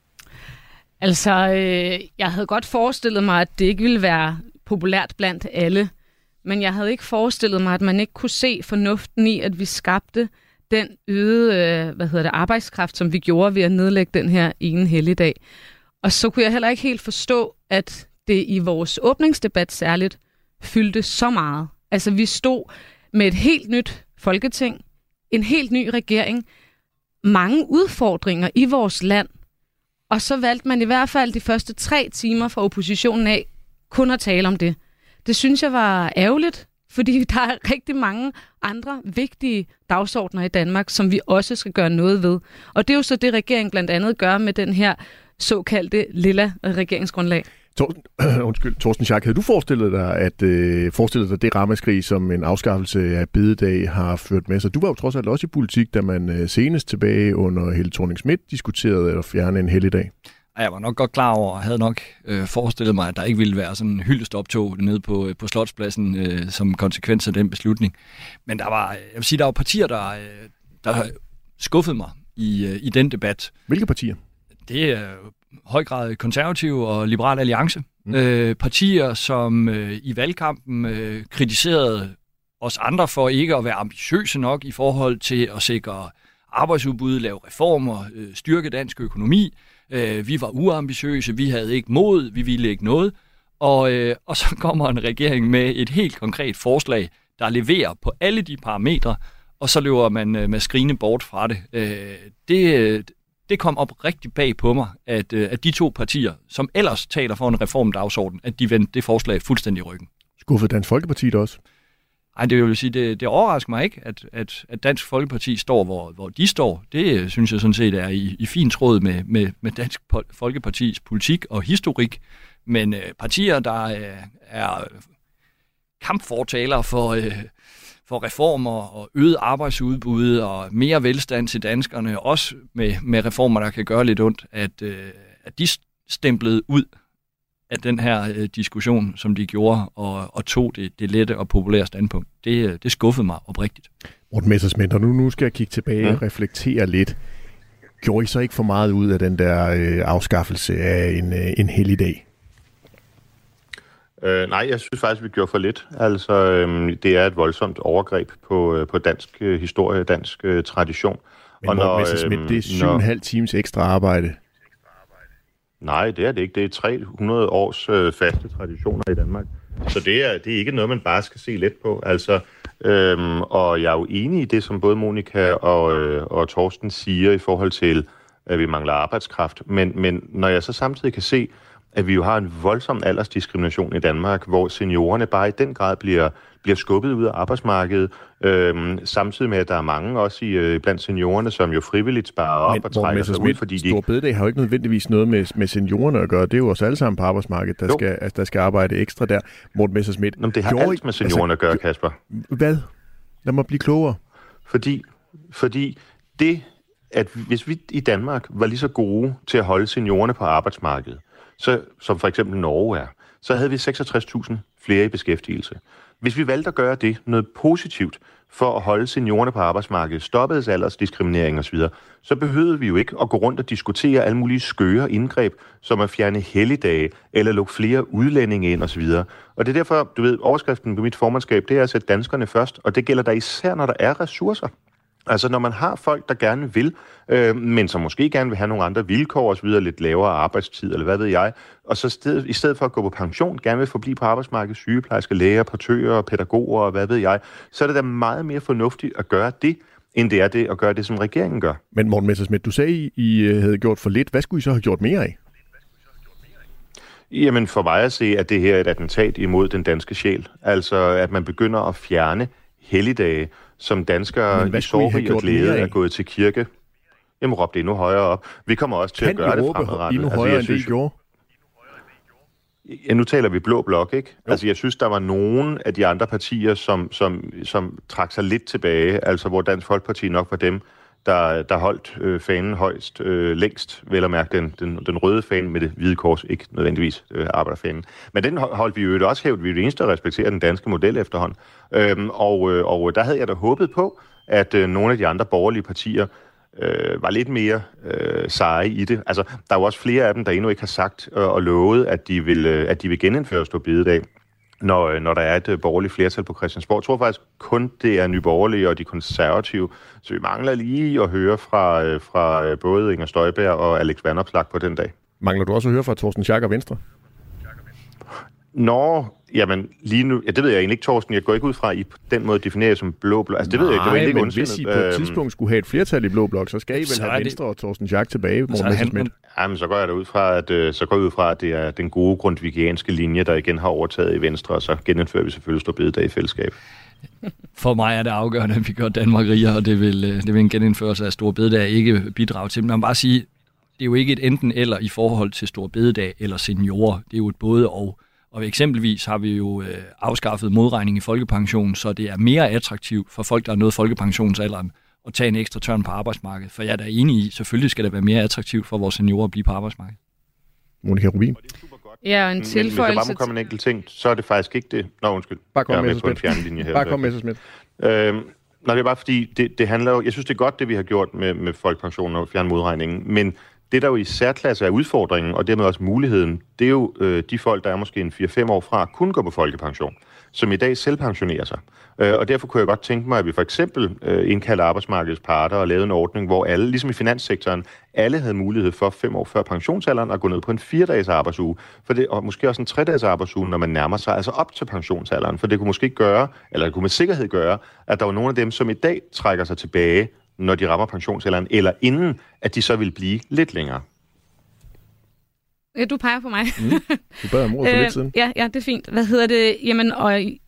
Altså, øh, jeg havde godt forestillet mig, at det ikke ville være populært blandt alle. Men jeg havde ikke forestillet mig, at man ikke kunne se fornuften i, at vi skabte den øgede øh, hvad hedder det, arbejdskraft, som vi gjorde ved at nedlægge den her ene helligdag. Og så kunne jeg heller ikke helt forstå, at det i vores åbningsdebat særligt fyldte så meget. Altså, vi stod med et helt nyt Folketing, en helt ny regering, mange udfordringer i vores land, og så valgte man i hvert fald de første tre timer fra oppositionen af kun at tale om det. Det synes jeg var ærgerligt, fordi der er rigtig mange andre vigtige dagsordner i Danmark, som vi også skal gøre noget ved. Og det er jo så det, regeringen blandt andet gør med den her såkaldte lilla regeringsgrundlag. Torsten, øh, undskyld, Torsten Schack, havde du forestillet dig, at øh, forestillet dig det ramaskrig, som en afskaffelse af bededag har ført med sig? Du var jo trods alt også i politik, da man øh, senest tilbage under Helle Thorning-Schmidt diskuterede at fjerne en helligdag. Jeg var nok godt klar over, og havde nok øh, forestillet mig, at der ikke ville være sådan en hyldestoptog nede på, på Slotspladsen øh, som konsekvens af den beslutning. Men der var, jeg vil sige, der var partier, der, øh, der skuffede mig i, øh, i den debat. Hvilke partier? Det er høj grad konservative og Liberal Alliance. Mm. Øh, partier, som øh, i valgkampen øh, kritiserede os andre for ikke at være ambitiøse nok i forhold til at sikre arbejdsudbud, lave reformer, øh, styrke dansk økonomi. Øh, vi var uambitiøse, vi havde ikke mod, vi ville ikke noget. Og, øh, og så kommer en regering med et helt konkret forslag, der leverer på alle de parametre, og så løber man øh, med skrigende bort fra det. Øh, det Det kom op rigtig bag på mig, at, at de to partier, som ellers taler for en reformdagsorden, at de vendte det forslag fuldstændig i ryggen. Skuffede Dansk Folkeparti det også? Ej, det vil sige, det, det overrasker mig ikke, at, at, at Dansk Folkeparti står, hvor, hvor de står. Det synes jeg sådan set er i, i fin tråd med, med, med Dansk Folkepartis politik og historik. Men øh, partier, der øh, er kampfortalere for, øh, for reformer og øget arbejdsudbud og mere velstand til danskerne, også med, med reformer, der kan gøre lidt ondt, at, øh, at de stemplede ud af den her øh, diskussion, som de gjorde, og, og tog det, det lette og populære standpunkt. Det, det skuffede mig oprigtigt. Morten Messerschmidt, og nu, nu skal jeg kigge tilbage ja. og reflektere lidt. Gjorde I så ikke for meget ud af den der øh, afskaffelse af en, øh, en helligdag? Øh, nej, jeg synes faktisk, vi gjorde for lidt. Altså, øh, det er et voldsomt overgreb på, øh, på dansk øh, historie, dansk øh, tradition. Men Morten Messerschmidt, øh, det er syv og en halv times ekstra arbejde. Nej, det er det ikke. Det er tre hundrede års øh, faste traditioner i Danmark. Så det er, det er ikke noget, man bare skal se let på. Altså, øhm, og jeg er jo enig i det, som både Monika og, øh, og Torsten siger i forhold til, at vi mangler arbejdskraft. Men, men når jeg så samtidig kan se, at vi jo har en voldsom aldersdiskrimination i Danmark, hvor seniorerne bare i den grad bliver, bliver skubbet ud af arbejdsmarkedet, øhm, samtidig med, at der er mange også i, øh, blandt seniorerne, som jo frivilligt sparer op men, og trækker sig ud, fordi de... Store bededag har jo ikke nødvendigvis noget med, med seniorerne at gøre. Det er jo også alle sammen på arbejdsmarkedet, der, skal, altså, der skal arbejde ekstra der. Morten Messerschmidt... Nå, det har alt med seniorerne altså, at gøre, Kasper. Hvad? Lad mig blive klogere. Fordi, fordi det, at hvis vi i Danmark var lige så gode til at holde seniorerne på arbejdsmarkedet, så, som for eksempel Norge er, så havde vi seksogtres tusind flere i beskæftigelse. Hvis vi valgte at gøre det, noget positivt, for at holde seniorerne på arbejdsmarkedet, stoppedes aldersdiskriminering osv., så behøvede vi jo ikke at gå rundt og diskutere alle mulige skøre indgreb, som at fjerne helligdage, eller lukke flere udlændinge ind osv. Og det er derfor, du ved, overskriften på mit formandskab, det er at sætte danskerne først, og det gælder der især, når der er ressourcer. Altså når man har folk, der gerne vil, øh, men som måske gerne vil have nogle andre vilkår osv., lidt lavere arbejdstid, eller hvad ved jeg, og så sted, i stedet for at gå på pension, gerne vil forblive på arbejdsmarkedet, sygeplejersker, læger, portører, pædagoger og hvad ved jeg, så er det da meget mere fornuftigt at gøre det, end det er det at gøre det, som regeringen gør. Men Morten Messerschmidt, du sagde, I, I havde gjort for lidt. Hvad skulle I så have gjort mere af? Jamen for mig at se, at det her er et attentat imod den danske sjæl. Altså at man begynder at fjerne helligdage, som danskere i sorg og glæde er gået til kirke. Jamen råb det endnu højere op. Vi kommer også til kan at gøre det fremadrettet. Kan I råbe endnu højere, altså, end det I gjorde? Ja, nu taler vi blå blok, ikke? Jo. Altså jeg synes, der var nogen af de andre partier, som, som, som trak sig lidt tilbage, altså hvor Dansk Folkeparti nok var dem, der, der holdt øh, fanen højst øh, længst, vel at mærke den, den, den røde fan med det hvide kors, ikke nødvendigvis øh, arbejderfanen. Men den holdt vi jo også hævd, vi er det eneste, der respekterer den danske model efterhånden. Øhm, og, øh, og der havde jeg da håbet på, at øh, nogle af de andre borgerlige partier øh, var lidt mere øh, seje i det. Altså, der er jo også flere af dem, der endnu ikke har sagt øh, og lovet, at de vil, øh, at de vil genindføre store bededag, når, når der er et borgerligt flertal på Christiansborg. Jeg tror faktisk kun, det er Nye Borgerlige og de konservative. Så vi mangler lige at høre fra, fra både Inger Støjberg og Alex Vanopslagh på den dag. Mangler du også at høre fra Torsten Schack og Venstre? Nå, jamen lige nu, ja, det ved jeg egentlig ikke, Torsten. Jeg går ikke ud fra, at I på den måde definerer som blå blok. Altså, det Nej, ved jeg ikke, det var ikke men undsindet. Hvis I på et tidspunkt skulle have et flertal i blå blok, så skal I vel have det... Venstre og Torsten Schack tilbage, Morten Messerschmidt. Jamen, så går jeg da ud fra, at, så går jeg ud fra, at det er den gode grundtvigianske linje, der igen har overtaget i Venstre, og så genindfører vi selvfølgelig store bededag i fællesskab. For mig er det afgørende, at vi gør Danmark rigere, og det vil, det vil en genindførelse af store bededag ikke bidrage til. Men man må bare sige, det er jo ikke et enten eller i forhold til store bededag eller seniorer. Det er jo et både og. Og eksempelvis har vi jo øh, afskaffet modregning i folkepensionen, så det er mere attraktivt for folk, der er nået folkepensionsalderen, at tage en ekstra tørn på arbejdsmarkedet. For jeg er da enig i, selvfølgelig skal det være mere attraktivt for vores seniorer at blive på arbejdsmarkedet. Monika Rubin. Ja, og en tilføjelse... Men hvis der bare må komme en enkelt ting, så er det faktisk ikke det... Nå, undskyld. Bare kom med på en fjernlinje her. Bare kom med, Messerschmidt. Øhm, nej, det er bare fordi, det, det handler jo... Jeg synes, det er godt, det vi har gjort med, med folkepensionen og fjerne modregningen, men det, der jo i særklasse er udfordringen, og dermed også muligheden, det er jo øh, de folk, der er måske en fire fem år fra, kun går på folkepension, som i dag selvpensionerer sig. Øh, og derfor kunne jeg godt tænke mig, at vi for eksempel øh, indkalder arbejdsmarkedets parter og lavede en ordning, hvor alle, ligesom i finanssektoren, alle havde mulighed for fem år før pensionsalderen at gå ned på en fire-dages arbejdsuge, for det, og måske også en tre-dages arbejdsuge, når man nærmer sig, altså op til pensionsalderen. For det kunne måske gøre, eller det kunne med sikkerhed gøre, at der var nogle af dem, som i dag trækker sig tilbage, når de rammer pensionsalderen, eller inden, at de så vil blive lidt længere. Ja, du peger på mig. Mm. Du bad om ordet for lidt siden. Ja, ja, det er fint. Hvad hedder det? Jamen, og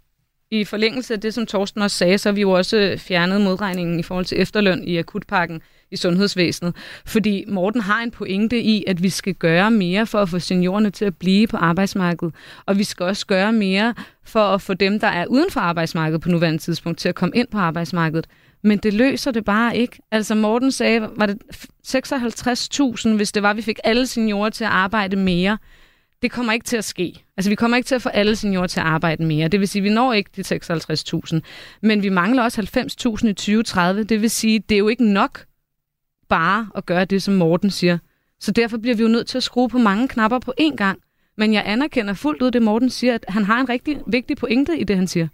i forlængelse af det, som Torsten også sagde, så har vi jo også fjernet modregningen i forhold til efterløn i akutpakken i sundhedsvæsenet. Fordi Morten har en pointe i, at vi skal gøre mere for at få seniorerne til at blive på arbejdsmarkedet. Og vi skal også gøre mere for at få dem, der er uden for arbejdsmarkedet på nuværende tidspunkt, til at komme ind på arbejdsmarkedet. Men det løser det bare ikke. Altså Morten sagde, var det seksoghalvtreds tusind, hvis det var, vi fik alle seniorer til at arbejde mere. Det kommer ikke til at ske. Altså vi kommer ikke til at få alle seniorer til at arbejde mere. Det vil sige, at vi når ikke de seksoghalvtreds tusind. Men vi mangler også halvfems tusind i tyve tredive. Det vil sige, at det er jo ikke nok bare at gøre det, som Morten siger. Så derfor bliver vi jo nødt til at skrue på mange knapper på én gang. Men jeg anerkender fuldt ud det, Morten siger, at han har en rigtig vigtig pointe i det, han siger.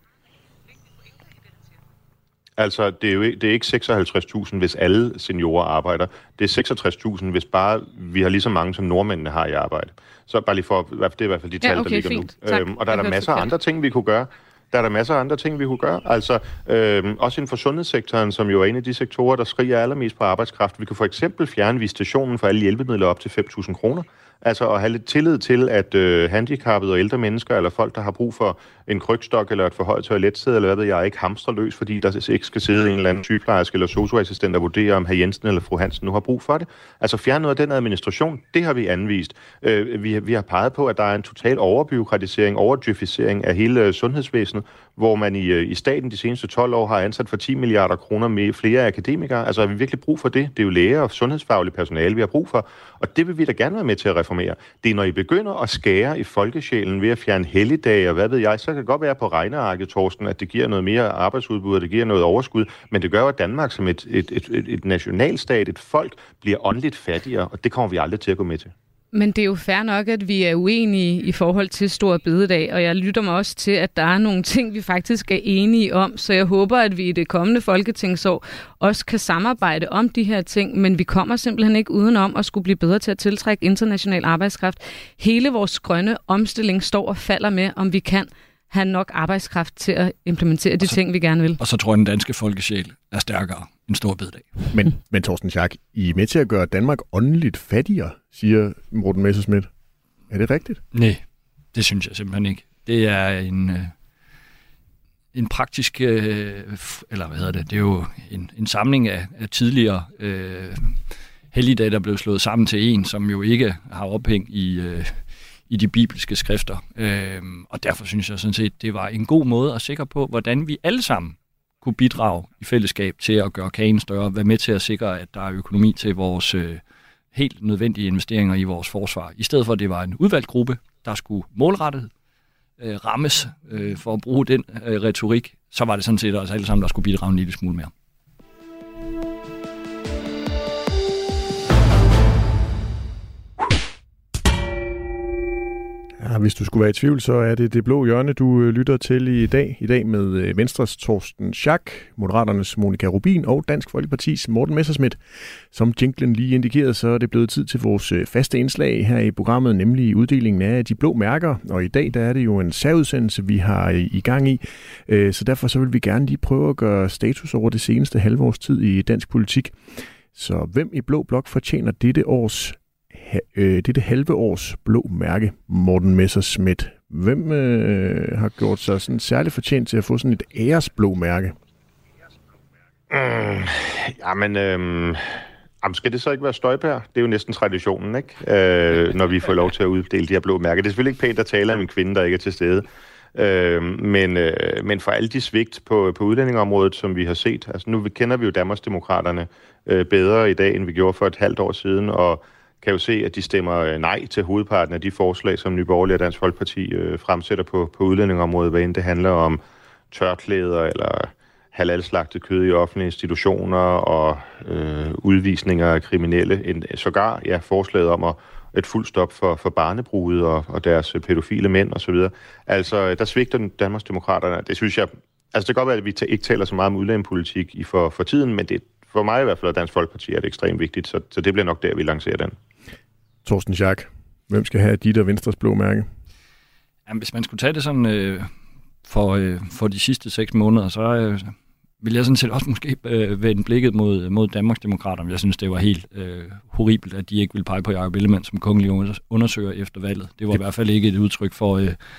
Altså, det er jo ikke, det er ikke seksoghalvtreds tusind, hvis alle seniorer arbejder. Det er seksogtres tusind, hvis bare vi har lige så mange, som nordmændene har i arbejde. Så bare lige for, det er i hvert fald de tal, ja, okay, der ligger fint. Nu. Øhm, og der er der masser af andre ting, vi kunne gøre. Der er der masser af andre ting, vi kunne gøre. Altså, øhm, også inden for sundhedssektoren, som jo er en af de sektorer, der skriger allermest på arbejdskraft. Vi kan for eksempel fjerne visitationen for alle hjælpemidler op til fem tusind kroner. Altså at have lidt tillid til, at øh, handicappede og ældre mennesker, eller folk, der har brug for en krøkstok eller et forhøjet toiletsæde, eller hvad ved jeg, ikke hamstrer løs, fordi der ikke skal sidde en eller anden sygeplejerske eller sosu-assistent og vurdere, om hr. Jensen eller fru Hansen nu har brug for det. Altså fjerne noget af den administration, det har vi anvist. Øh, vi, vi har peget på, at der er en total overbyråkratisering, overdjøfisering af hele øh, sundhedsvæsenet, hvor man i, øh, i staten de seneste tolv år har ansat for ti milliarder kroner med flere akademikere. Altså har vi virkelig brug for det? Det er jo læger og sundhedsfaglige personale, vi har brug for, og det vil vi da gerne være med til at reformere. Det er, når I begynder at skære i folkesjælen ved at fjerne helligdage og hvad ved jeg, så kan det godt være på regnearket, Torsten, at det giver noget mere arbejdsudbud, og det giver noget overskud, men det gør jo, at Danmark som et, et, et, et, et nationalstat, et folk, bliver åndeligt fattigere, og det kommer vi aldrig til at gå med til. Men det er jo fair nok, at vi er uenige i forhold til Store Bededag, og jeg lytter mig også til, at der er nogle ting, vi faktisk er enige om, så jeg håber, at vi i det kommende folketingsår også kan samarbejde om de her ting, men vi kommer simpelthen ikke udenom at skulle blive bedre til at tiltrække international arbejdskraft. Hele vores grønne omstilling står og falder med, om vi kan have nok arbejdskraft til at implementere de så, ting, vi gerne vil. Og så tror jeg, at den danske folkesjæl er stærkere end Store Bededag. Men, men Torsten Schack, I er med til at gøre Danmark åndeligt fattigere, siger Morten Messerschmidt. Er det rigtigt? Nej, det synes jeg simpelthen ikke. Det er en, øh, en praktisk, øh, eller hvad hedder det, det er jo en, en samling af, af tidligere øh, helligdage, der blev slået sammen til en, som jo ikke har ophæng i... Øh, i de bibelske skrifter. Øhm, og derfor synes jeg sådan set, det var en god måde at sikre på, hvordan vi alle sammen kunne bidrage i fællesskab til at gøre kagen større, være med til at sikre, at der er økonomi til vores øh, helt nødvendige investeringer i vores forsvar. I stedet for, at det var en udvalgt gruppe, der skulle målrettet øh, rammes øh, for at bruge den øh, retorik, så var det sådan set os alle sammen, der skulle bidrage en lille smule mere. Ja, hvis du skulle være i tvivl, så er det Det Blå Hjørne, du lytter til i dag. I dag med Venstres Torsten Schack, Moderaternes Monika Rubin og Dansk Folkepartis Morten Messerschmidt. Som jinglen lige indikerede, så er det blevet tid til vores faste indslag her i programmet, nemlig uddelingen af de blå mærker. Og i dag der er det jo en særudsendelse, vi har i gang i. Så derfor så vil vi gerne lige prøve at gøre status over det seneste halve års tid i dansk politik. Så hvem i Blå Blok fortjener dette års Det er det halve års blå mærke, Morten Messerschmidt. Hvem øh, har gjort sig sådan særligt fortjent til at få sådan et æresblå mærke? Mm, jamen, øh, jamen, skal det så ikke være Støjberg? Det er jo næsten traditionen, ikke? Øh, når vi får lov til at uddele de her blå mærker. Det er selvfølgelig ikke pænt at tale om en kvinde, der ikke er til stede. Øh, men, øh, men for alle de svigt på, på udlændingeområdet, som vi har set, altså nu kender vi jo Danmarksdemokraterne øh, bedre i dag, end vi gjorde for et halvt år siden, og kan jo se, at de stemmer nej til hovedparten af de forslag, som Nye Borgerlige og Dansk Folkeparti øh, fremsætter på, på udlændingeområdet, hvad end det handler om tørklæder eller halalslagtet kød i offentlige institutioner og øh, udvisninger af kriminelle. En, sågar ja, forslaget om at et fuldt stop for, for barnebruget og, og deres pædofile mænd osv. Altså, der svigter Danmarksdemokraterne. Det synes jeg... Altså, det kan godt være, at vi t- ikke taler så meget om udlændingepolitik i for, for tiden, men det for mig i hvert fald, og Dansk Folkeparti er det ekstremt vigtigt, så, så det bliver nok der, vi lancerer den. Torsten Schack, hvem skal have dit og Venstres blå mærke? Jamen, hvis man skulle tage det sådan øh, for, øh, for de sidste seks måneder, så øh, vil jeg sådan set også måske øh, vende blikket mod, mod Danmarksdemokraterne. Jeg synes, det var helt øh, horribelt, at de ikke ville pege på Jakob Ellemann som kongelig undersøger efter valget. Det var i hvert fald ikke et udtryk for... Øh,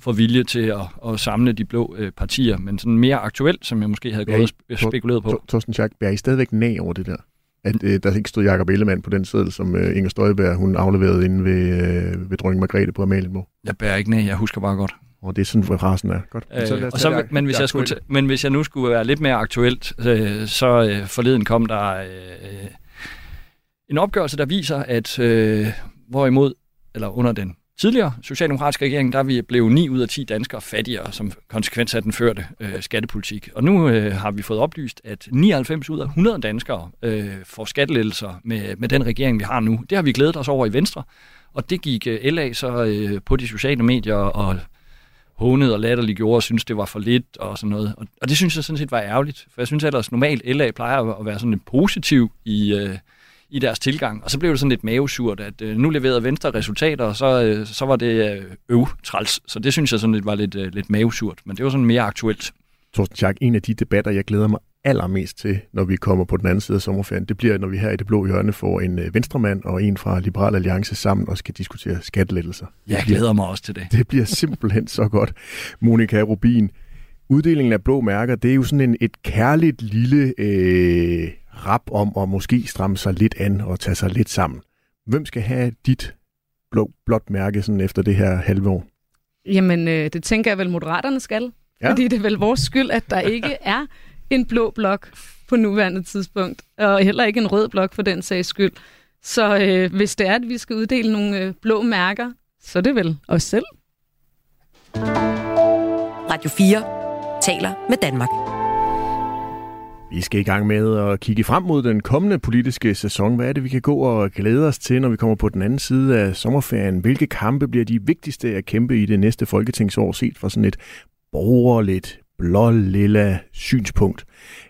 får vilje til at, at samle de blå øh, partier. Men sådan mere aktuelt, som jeg måske havde gået og spekuleret på. Torsten Schack, er I stadigvæk nag over det der? At øh, der ikke stod Jakob Ellemann på den seddel, som øh, Inger Støjberg hun afleverede inde ved, øh, ved dronning Margrethe på Amalienborg? Jeg bærer ikke ned, jeg husker bare godt. Og det er sådan, hvor rasen er. Godt. Øh, så og så, men, hvis jeg skulle t- men hvis jeg nu skulle være lidt mere aktuelt, øh, så øh, forleden kom der øh, en opgørelse, der viser, at øh, hvorimod, eller under den tidligere socialdemokratiske regering, der vi blev ni ud af ti danskere fattigere som konsekvens af den førte øh, skattepolitik. Og nu øh, har vi fået oplyst, at nioghalvfems ud af hundrede danskere øh, får skattelettelser med, med den regering, vi har nu. Det har vi glædet os over i Venstre, og det gik øh, L A så øh, på de sociale medier og hånede og latterliggjorde og synes det var for lidt og sådan noget. Og, og det synes jeg sådan set var ærgerligt, for jeg synes ellers normalt L A plejer at være sådan lidt positiv i... Øh, i deres tilgang. Og så blev det sådan lidt mavesurt, at øh, nu leverede Venstre resultater, og så, øh, så var det øh, øv træls. Så det synes jeg sådan lidt var lidt, øh, lidt mavesurt, men det var sådan mere aktuelt. Torsten Schack, en af de debatter, jeg glæder mig allermest til, når vi kommer på den anden side af sommerferien, det bliver, når vi her i Det Blå Hjørne får en øh, venstremand og en fra Liberal Alliance sammen og skal diskutere skattelettelser. Jeg glæder mig også til det. Det bliver simpelthen så godt. Monika Rubin, uddelingen af blå mærker, det er jo sådan en, et kærligt lille... Øh, rap om at måske stramme sig lidt an og tage sig lidt sammen. Hvem skal have dit blå, blåt mærke sådan efter det her halve år? Jamen, øh, det tænker jeg vel, Moderaterne skal. Ja. Fordi det er vel vores skyld, at der ikke er en blå blok på nuværende tidspunkt, og heller ikke en rød blok for den sags skyld. Så øh, hvis det er, at vi skal uddele nogle øh, blå mærker, så er det vel os selv. Radio fire taler med Danmark. Vi skal i gang med at kigge frem mod den kommende politiske sæson. Hvad er det, vi kan gå og glæde os til, når vi kommer på den anden side af sommerferien? Hvilke kampe bliver de vigtigste at kæmpe i det næste folketingsår, set fra sådan et borgerligt, blå-lilla synspunkt?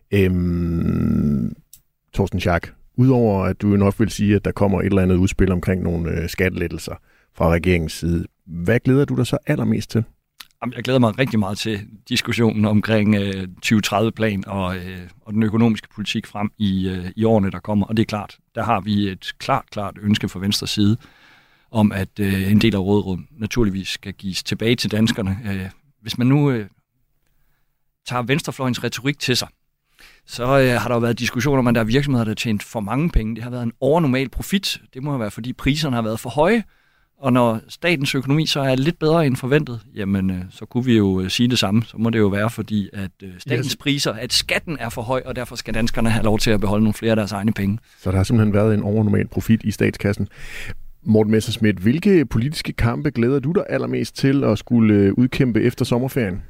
Øhm, Torsten Schack, udover at du nok vil sige, at der kommer et eller andet udspil omkring nogle øh, skattelettelser fra regeringens side, hvad glæder du dig så allermest til? Jeg glæder mig rigtig meget til diskussionen omkring øh, tyve tredive-plan og, øh, og den økonomiske politik frem i, øh, i årene, der kommer. Og det er klart, der har vi et klart, klart ønske fra venstre side om, at øh, en del af råderum naturligvis skal gives tilbage til danskerne. Øh, hvis man nu øh, tager venstrefløjens retorik til sig, så øh, har der jo været diskussioner om, at der er virksomheder, der har tjent for mange penge. Det har været en overnormal profit. Det må jo være, fordi priserne har været for høje. Og når statens økonomi så er lidt bedre end forventet, jamen øh, så kunne vi jo øh, sige det samme. Så må det jo være, fordi at øh, statens priser, at skatten er for høj, og derfor skal danskerne have lov til at beholde nogle flere af deres egne penge. Så der har simpelthen været en overnormal profit i statskassen. Morten Messerschmidt, hvilke politiske kampe glæder du dig allermest til at skulle øh, udkæmpe efter sommerferien?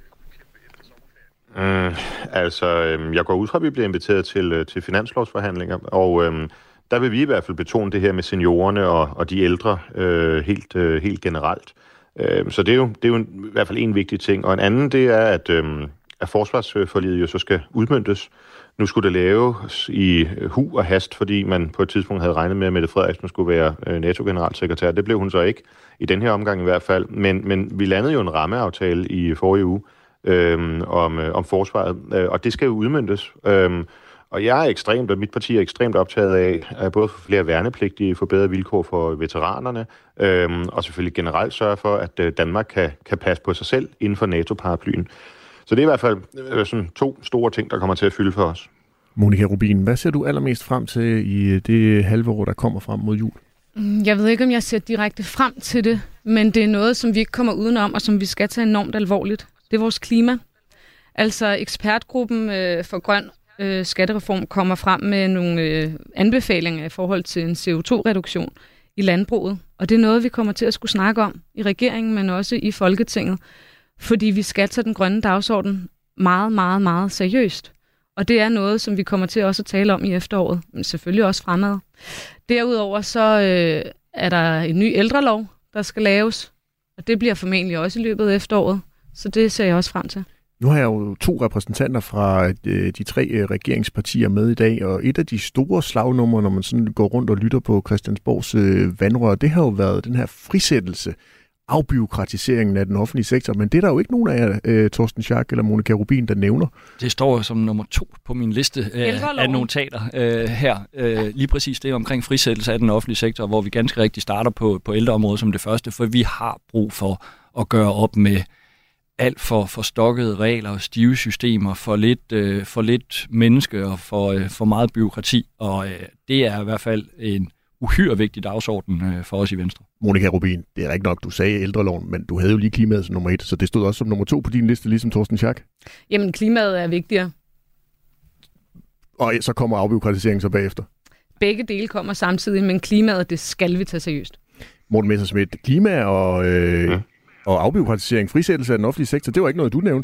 Mm, altså, øh, jeg går ud fra, at vi bliver inviteret til, øh, til finanslovsforhandlinger, og... Øh, Der vil vi i hvert fald betone det her med seniorerne og, og de ældre øh, helt, øh, helt generelt. Øh, så det er, jo, det er jo en, i hvert fald en vigtig ting. Og en anden, det er, at, øh, at forsvarsforliget jo så skal udmøntes. Nu skulle det laves i hu og hast, fordi man på et tidspunkt havde regnet med, at Mette Frederiksen skulle være øh, NATO-generalsekretær. Det blev hun så ikke, i den her omgang i hvert fald. Men, men vi landede jo en rammeaftale i forrige uge øh, om, øh, om forsvaret, øh, og det skal jo udmøntes. Øh, Og jeg er ekstremt, og mit parti er ekstremt optaget af, at både få flere værnepligtige, få bedre vilkår for veteranerne, øhm, og selvfølgelig generelt sørge for, at øh, Danmark kan, kan passe på sig selv inden for NATO-paraplyen. Så det er i hvert fald øh, sådan to store ting, der kommer til at fylde for os. Monika Rubin, hvad ser du allermest frem til i det halve år, der kommer frem mod jul? Jeg ved ikke, om jeg ser direkte frem til det, men det er noget, som vi ikke kommer udenom, og som vi skal tage enormt alvorligt. Det er vores klima. Altså ekspertgruppen øh, for grøn øh, skattereform kommer frem med nogle øh, anbefalinger i forhold til en C O to reduktion i landbruget. Og det er noget, vi kommer til at skulle snakke om i regeringen, men også i Folketinget. Fordi vi skal tage den grønne dagsorden meget, meget, meget seriøst. Og det er noget, som vi kommer til også at tale om i efteråret, men selvfølgelig også fremad. Derudover så øh, er der en ny ældrelov, der skal laves, og det bliver formentlig også i løbet af efteråret, så det ser jeg også frem til. Nu har jeg jo to repræsentanter fra øh, de tre øh, regeringspartier med i dag, og et af de store slagnumre, når man sådan går rundt og lytter på Christiansborgs øh, vandrør, det har jo været den her frisættelse, afbureaukratiseringen af den offentlige sektor, men det er der jo ikke nogen af jer, øh, Torsten Schack eller Monika Rubin, der nævner. Det står som nummer to på min liste øh, af notater øh, her. Øh, lige præcis det omkring frisættelse af den offentlige sektor, hvor vi ganske rigtig starter på, på ældreområdet som det første, for vi har brug for at gøre op med alt for, for stokkede regler og stive systemer, for lidt, øh, for lidt menneske og for, øh, for meget byråkrati. Og øh, det er i hvert fald en uhyre vigtig dagsorden øh, for os i Venstre. Monika Rubin, det er rigtig nok, du sagde ældreloven, men du havde jo lige klimaet som nummer et, så det stod også som nummer to på din liste, ligesom Torsten Schack. Jamen, klimaet er vigtigere. Og så kommer afbureaukratiseringen så bagefter. Begge dele kommer samtidig, men klimaet, det skal vi tage seriøst. Morten Messerschmidt, klima og, øh, ja. og afbureaukratisering, frisættelse af den offentlige sektor, det var ikke noget, du nævnte.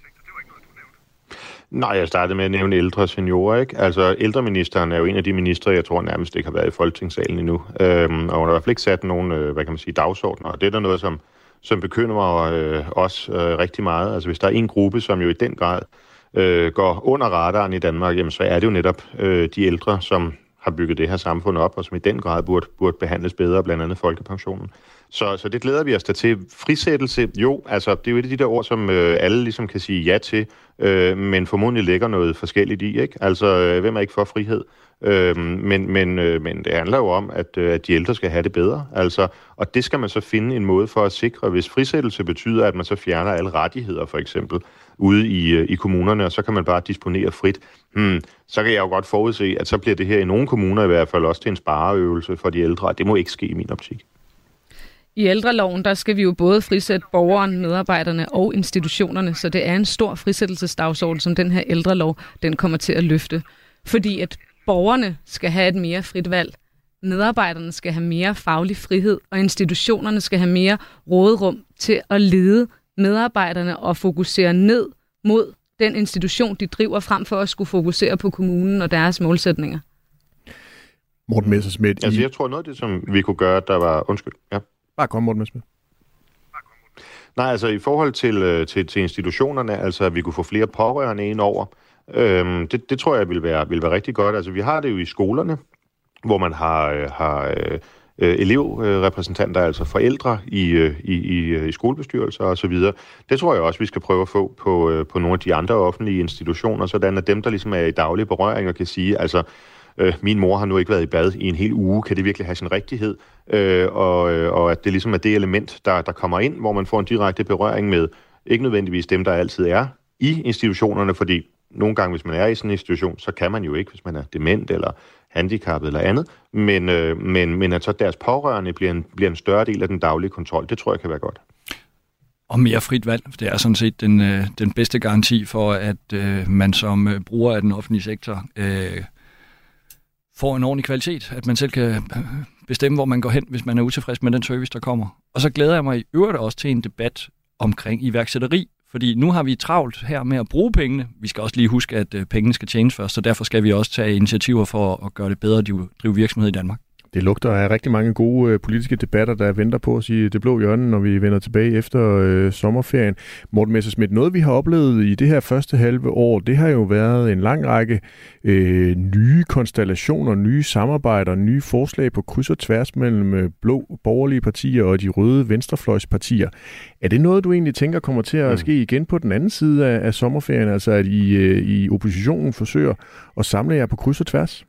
Nej, jeg startede med at nævne ældre og seniorer, ikke? Altså, ældreministeren er jo en af de ministre, jeg tror nærmest ikke har været i Folketingssalen endnu. Øhm, og hun har i hvert fald ikke sat nogen, øh, hvad kan man sige, dagsordner. Og det er der noget, som, som bekymrer mig øh, også øh, rigtig meget. Altså, hvis der er en gruppe, som jo i den grad øh, går under radaren i Danmark, jamen, så er det jo netop øh, de ældre, som har bygget det her samfund op, og som i den grad burde, burde behandles bedre, blandt andet folkepensionen. Så, så det glæder vi os da til. Frisættelse, jo, altså det er jo et af de der ord, som øh, alle ligesom kan sige ja til, øh, men formodentlig lægger noget forskelligt i, ikke? Altså, øh, hvem er ikke for frihed? Øh, men, men, øh, men det handler jo om, at, øh, at de ældre skal have det bedre. Altså, og det skal man så finde en måde for at sikre. Hvis frisættelse betyder, at man så fjerner alle rettigheder, for eksempel, ude i, i kommunerne, og så kan man bare disponere frit, hmm, så kan jeg jo godt forudse, at så bliver det her i nogle kommuner i hvert fald også til en spareøvelse for de ældre, og det må ikke ske i min optik. I ældreloven, der skal vi jo både frisætte borgeren, medarbejderne og institutionerne, så det er en stor frisættelsesdagsorden, som den her ældrelov, den kommer til at løfte. Fordi at borgerne skal have et mere frit valg, medarbejderne skal have mere faglig frihed, og institutionerne skal have mere råderum til at lede medarbejderne og fokusere ned mod den institution, de driver, frem for at skulle fokusere på kommunen og deres målsætninger. Morten Messerschmidt. Altså, jeg tror noget af det, som vi kunne gøre, der var... Undskyld, ja. Bare kom, Morten Messerschmidt. Nej, altså i forhold til, til, til institutionerne, altså at vi kunne få flere pårørende ind over, øhm, det, det tror jeg vil være, vil være rigtig godt. Altså vi har det jo i skolerne, hvor man har, har øh, elevrepræsentanter, altså forældre i, i, i, i skolebestyrelser og så videre. Det tror jeg også, vi skal prøve at få på, på nogle af de andre offentlige institutioner, sådan at dem, der ligesom er i daglig berøring og kan sige, altså øh, min mor har nu ikke været i bad i en hel uge, kan det virkelig have sin rigtighed? Øh, og, og at det ligesom er det element, der, der kommer ind, hvor man får en direkte berøring med ikke nødvendigvis dem, der altid er i institutionerne, fordi nogle gange, hvis man er i sådan en institution, så kan man jo ikke, hvis man er dement eller handicappet eller andet, men, øh, men, men at så deres pårørende bliver en, bliver en større del af den daglige kontrol, det tror jeg kan være godt. Og mere frit valg, det er sådan set den, øh, den bedste garanti for, at øh, man som øh, bruger af den offentlige sektor øh, får en ordentlig kvalitet, at man selv kan bestemme, hvor man går hen, hvis man er utilfreds med den service, der kommer. Og så glæder jeg mig i øvrigt også til en debat omkring iværksætteri, fordi nu har vi travlt her med at bruge pengene. Vi skal også lige huske, at pengene skal tjenes først, så derfor skal vi også tage initiativer for at gøre det bedre at drive virksomhed i Danmark. Det lugter af rigtig mange gode øh, politiske debatter, der venter på os i det blå hjørne, når vi vender tilbage efter øh, sommerferien. Morten Messerschmidt, noget vi har oplevet i det her første halve år, det har jo været en lang række øh, nye konstellationer, nye samarbejder, nye forslag på kryds og tværs mellem øh, blå borgerlige partier og de røde venstrefløjspartier. Er det noget, du egentlig tænker kommer til at ske igen på den anden side af, af sommerferien, altså at I, øh, i oppositionen forsøger at samle jer på kryds og tværs?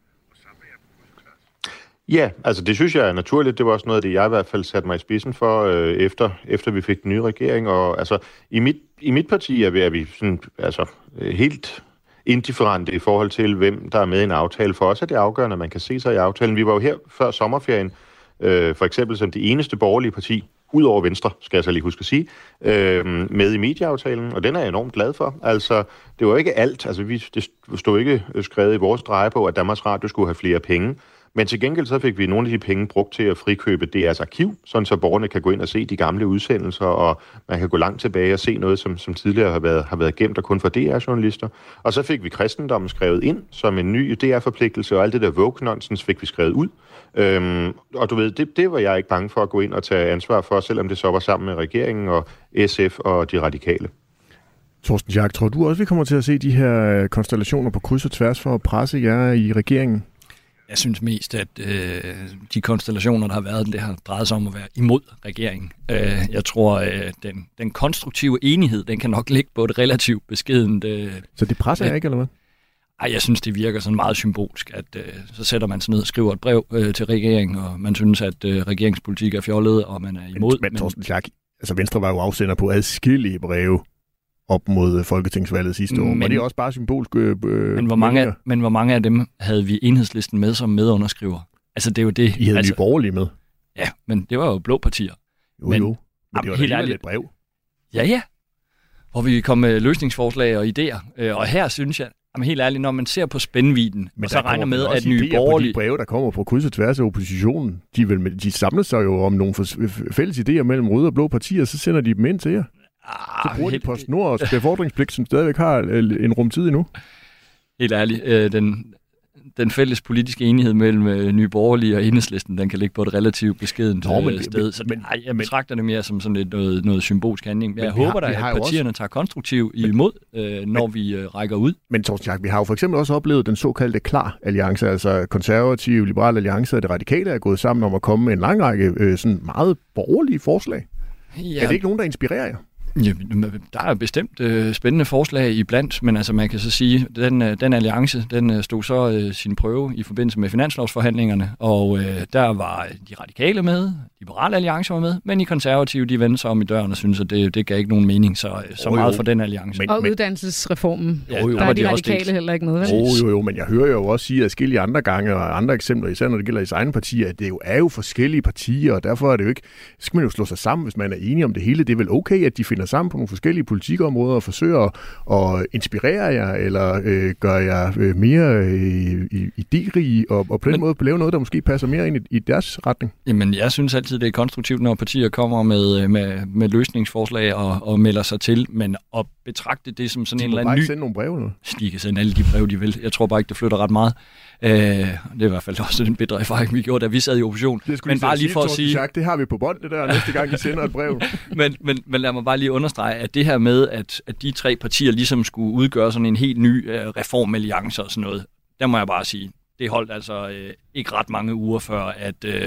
Ja, altså det synes jeg er naturligt. Det var også noget af det, jeg i hvert fald satte mig i spidsen for, øh, efter, efter vi fik den nye regering. Og altså, i mit, i mit parti er vi, er vi sådan, altså, helt indifferente i forhold til, hvem der er med i en aftale. For os er det afgørende, at man kan se sig i aftalen. Vi var jo her før sommerferien, øh, for eksempel som det eneste borgerlige parti, ud over Venstre, skal jeg så lige huske at sige, øh, med i medieaftalen, og den er jeg enormt glad for. Altså, det var ikke alt. Altså, vi, det stod ikke skrevet i vores drejebog, at Danmarks Radio skulle have flere penge. Men til gengæld så fik vi nogle af de penge brugt til at frikøbe D R's arkiv, sådan så borgerne kan gå ind og se de gamle udsendelser, og man kan gå langt tilbage og se noget, som, som tidligere har været, har været gemt og kun for D R-journalister. Og så fik vi kristendommen skrevet ind som en ny D R-forpligtelse, og alt det der woke-nonsens fik vi skrevet ud. Øhm, og du ved, det, det var jeg ikke bange for at gå ind og tage ansvar for, selvom det så var sammen med regeringen og S F og de radikale. Torsten Schack, tror du også, vi kommer til at se de her konstellationer på kryds og tværs for at presse jer i regeringen? Jeg synes mest, at øh, de konstellationer, der har været, det har drejet sig om at være imod regeringen. Øh, jeg tror, at den, den konstruktive enighed, den kan nok ligge på et relativt beskedent... Øh, Så det presser jeg ikke, eller hvad? Ej, jeg synes, det virker sådan meget symbolsk, at øh, så sætter man sig ned og skriver et brev øh, til regeringen, og man synes, at øh, regeringspolitik er fjollet, og man er imod. Men, men Torsten Schack, altså Venstre var jo afsender på adskillige breve op mod folketingsvalget sidste år. Men, og det er også bare symbolsk. Øh, men, hvor mange af, men hvor mange af dem havde vi Enhedslisten med som medunderskriver? Altså, det er jo det. I havde altså, Nye Borgerlige med. Ja, men det var jo blå partier. Jo, men, jo. Men det var helt ærligt et brev. Ja, ja. Hvor vi kom med løsningsforslag og idéer. Og her synes jeg, jamen helt ærligt, når man ser på spændvidden, men og så regner med, at Nye Borgerlige... de breve, der kommer på kryds og tværs af oppositionen, de, vil, de samler sig jo om nogle fælles idéer mellem røde og blå partier, så sender de dem ind til jer. Ah, så bruger helt... de PostNords befordringspligt, som stadigvæk har en rumtid endnu. Helt ærligt, øh, den... Den fælles politiske enighed mellem øh, Nye Borgerlige og Enhedslisten, den kan ligge på et relativt beskedent Nå, men, sted. Så men, nej, jeg betragter det mere som sådan lidt noget, noget symbolsk handling. Jeg håber da, at partierne også... tager konstruktivt imod, øh, når men, vi øh, rækker ud. Men Torsten Schack, vi har jo for eksempel også oplevet den såkaldte KLAR-alliance, altså konservative, liberale alliance og det radikale er gået sammen om at komme med en lang række øh, sådan meget borgerlige forslag. Ja. Er det ikke nogen, der inspirerer jer? Ja, der er bestemt øh, spændende forslag iblandt, men altså man kan så sige, den øh, den alliance, den øh, stod så øh, sin prøve i forbindelse med finanslovsforhandlingerne, og øh, der var de radikale med, liberale alliance var med, men de konservative, de vendte sig om i døren og synes, at det, det gav ikke nogen mening, så, så oh, meget for den alliance. Men, og men, uddannelsesreformen, ja, jo, der er de radikale heller ikke med, vel? Jo, jo, jo, men jeg hører jo også sige adskillige andre gange, og andre eksempler, især når det gælder i egne partier, at det jo er jo forskellige partier, og derfor er det jo ikke, så skal man jo slå sig sammen, hvis man er enige om det hele. Det er vel okay, at de finder sammen på nogle forskellige politikområder og forsøger at inspirere jer, eller øh, gøre jer øh, mere øh, idérige, og, og på den Men, måde lave noget, der måske passer mere ind i, i deres retning? Jamen, jeg synes altid, det er konstruktivt, når partier kommer med, med, med løsningsforslag og, og melder sig til, men at betragte det som sådan de en eller anden ny... De må bare sende nogle breve nu. De kan sende alle de breve, de vil. Jeg tror bare ikke, det flytter ret meget. Øh, det er i hvert fald også den bedre erfaring, vi gjorde, da vi sad i opposition. Men bare lige for at sige... Schack, det har vi på bånd, det der, næste gang, I sender et brev. men, men, men lad mig bare lige understrege, at det her med, at, at de tre partier ligesom skulle udgøre sådan en helt ny uh, reformalliance og sådan noget, der må jeg bare sige, det holdt altså uh, ikke ret mange uger før, at uh,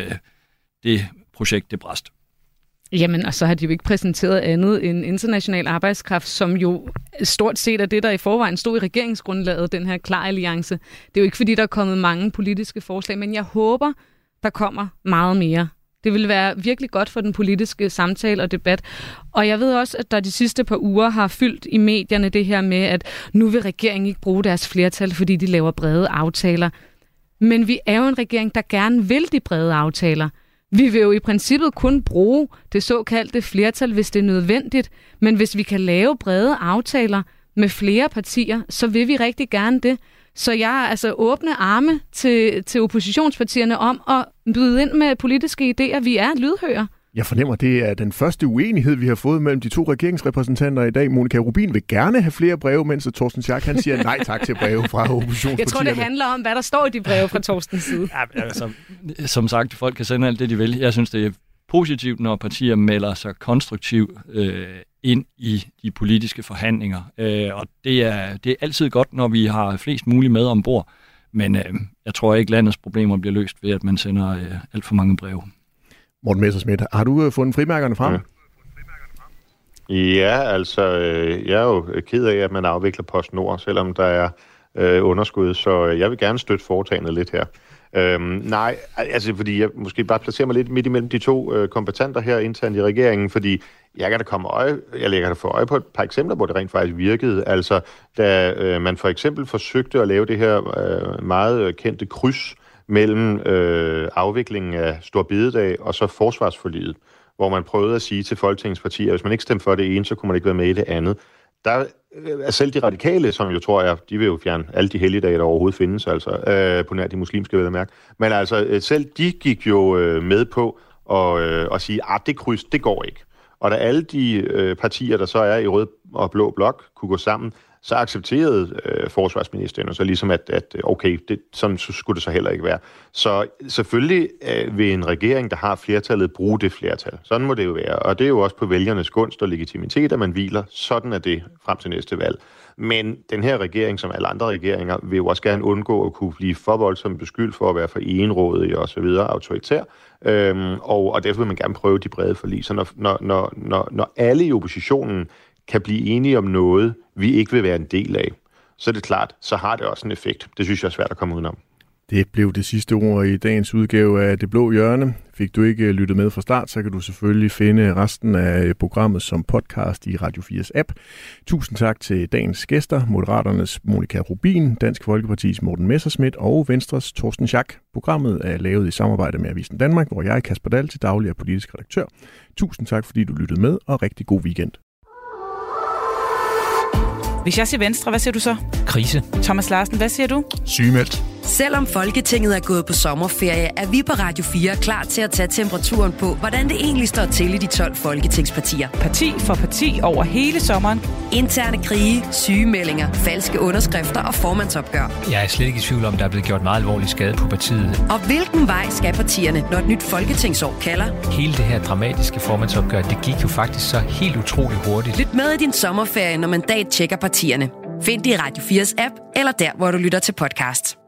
det projekt, det brast. Jamen, og så har de jo ikke præsenteret andet end international arbejdskraft, som jo stort set er det, der i forvejen stod i regeringsgrundlaget, den her KLAR-alliance. Det er jo ikke, fordi der er kommet mange politiske forslag, men jeg håber, der kommer meget mere. Det vil være virkelig godt for den politiske samtale og debat. Og jeg ved også, at der de sidste par uger har fyldt i medierne det her med, at nu vil regeringen ikke bruge deres flertal, fordi de laver brede aftaler. Men vi er jo en regering, der gerne vil de brede aftaler. Vi vil jo i princippet kun bruge det såkaldte flertal, hvis det er nødvendigt. Men hvis vi kan lave brede aftaler med flere partier, så vil vi rigtig gerne det. Så jeg er altså åbne arme til, til oppositionspartierne om at byde ind med politiske idéer. Vi er lydhøre. Jeg fornemmer, det er den første uenighed, vi har fået mellem de to regeringsrepræsentanter i dag. Monika Rubin vil gerne have flere breve, mens Torsten Schack han siger nej tak til breve fra oppositionspartierne. Jeg tror, det handler om, hvad der står i de breve fra Torstens side. Ja, altså, som sagt, folk kan sende alt det, de vil. Jeg synes, det er positivt, når partier melder sig konstruktivt øh, ind i de politiske forhandlinger. Øh, og det er, det er altid godt, når vi har flest muligt med ombord. Men øh, jeg tror ikke, landets problemer bliver løst ved, at man sender øh, alt for mange breve. Morten Messerschmidt, har du fundet frimærkerne frem? Ja, ja altså, øh, jeg er jo ked af, at man afvikler PostNord, selvom der er øh, underskud, så jeg vil gerne støtte foretagendet lidt her. Øhm, nej, altså fordi jeg måske bare placerer mig lidt midt imellem de to øh, kompetenter her internt i regeringen, fordi jeg kan da komme øje, jeg lægger da for øje på et par eksempler, hvor det rent faktisk virkede. Altså, da øh, man for eksempel forsøgte at lave det her øh, meget kendte kryds mellem øh, afviklingen af Store Bededag og så forsvarsforliget, hvor man prøvede at sige til Folketingets partier, at hvis man ikke stemte for det ene, så kunne man ikke være med i det andet. Der er selv de radikale, som jo tror jeg, de vil jo fjerne alle de helligdage, der overhovedet findes, altså øh, på nær de muslimske, vil jeg mærke. Men altså, selv de gik jo øh, med på at, øh, at sige, at det kryds, det går ikke. Og da alle de øh, partier, der så er i rød og blå blok, kunne gå sammen, så accepterede øh, forsvarsministeren så ligesom, at, at okay, det, sådan skulle det så heller ikke være. Så selvfølgelig øh, vil en regering, der har flertallet, bruge det flertal. Sådan må det jo være. Og det er jo også på vælgernes gunst og legitimitet, at man hviler. Sådan er det frem til næste valg. Men den her regering, som alle andre regeringer, vil jo også gerne undgå at kunne blive for voldsomt beskyldt for at være for egenrådig og så videre, autoritær. Øhm, og, og derfor vil man gerne prøve de brede forlig. Så når, når, når, når, når alle i oppositionen kan blive enige om noget, vi ikke vil være en del af, så er det klart, så har det også en effekt. Det synes jeg er svært at komme udenom. Det blev det sidste ord i dagens udgave af Det Blå Hjørne. Fik du ikke lyttet med fra start, så kan du selvfølgelig finde resten af programmet som podcast i Radio fires app. Tusind tak til dagens gæster, Moderaternes Monika Rubin, Dansk Folkepartis Morten Messerschmidt og Venstres Torsten Schack. Programmet er lavet i samarbejde med Avisen Danmark, hvor jeg, Kasper Dahl, til daglig er politisk redaktør. Tusind tak, fordi du lyttede med, og rigtig god weekend. Hvis jeg siger Venstre, hvad siger du så? Krise. Thomas Larsen, hvad siger du? Sygemeldt. Selvom Folketinget er gået på sommerferie, er vi på Radio fire klar til at tage temperaturen på, hvordan det egentlig står til i de tolv folketingspartier. Parti for parti over hele sommeren. Interne krige, sygemeldinger, falske underskrifter og formandsopgør. Jeg er slet ikke i tvivl om, der er blevet gjort meget alvorlig skade på partiet. Og hvilken vej skal partierne, når et nyt folketingsår kalder? Hele det her dramatiske formandsopgør, det gik jo faktisk så helt utroligt hurtigt. Lyt med i din sommerferie, når Mandat tjekker partierne. Find det i Radio fires app, eller der, hvor du lytter til podcast.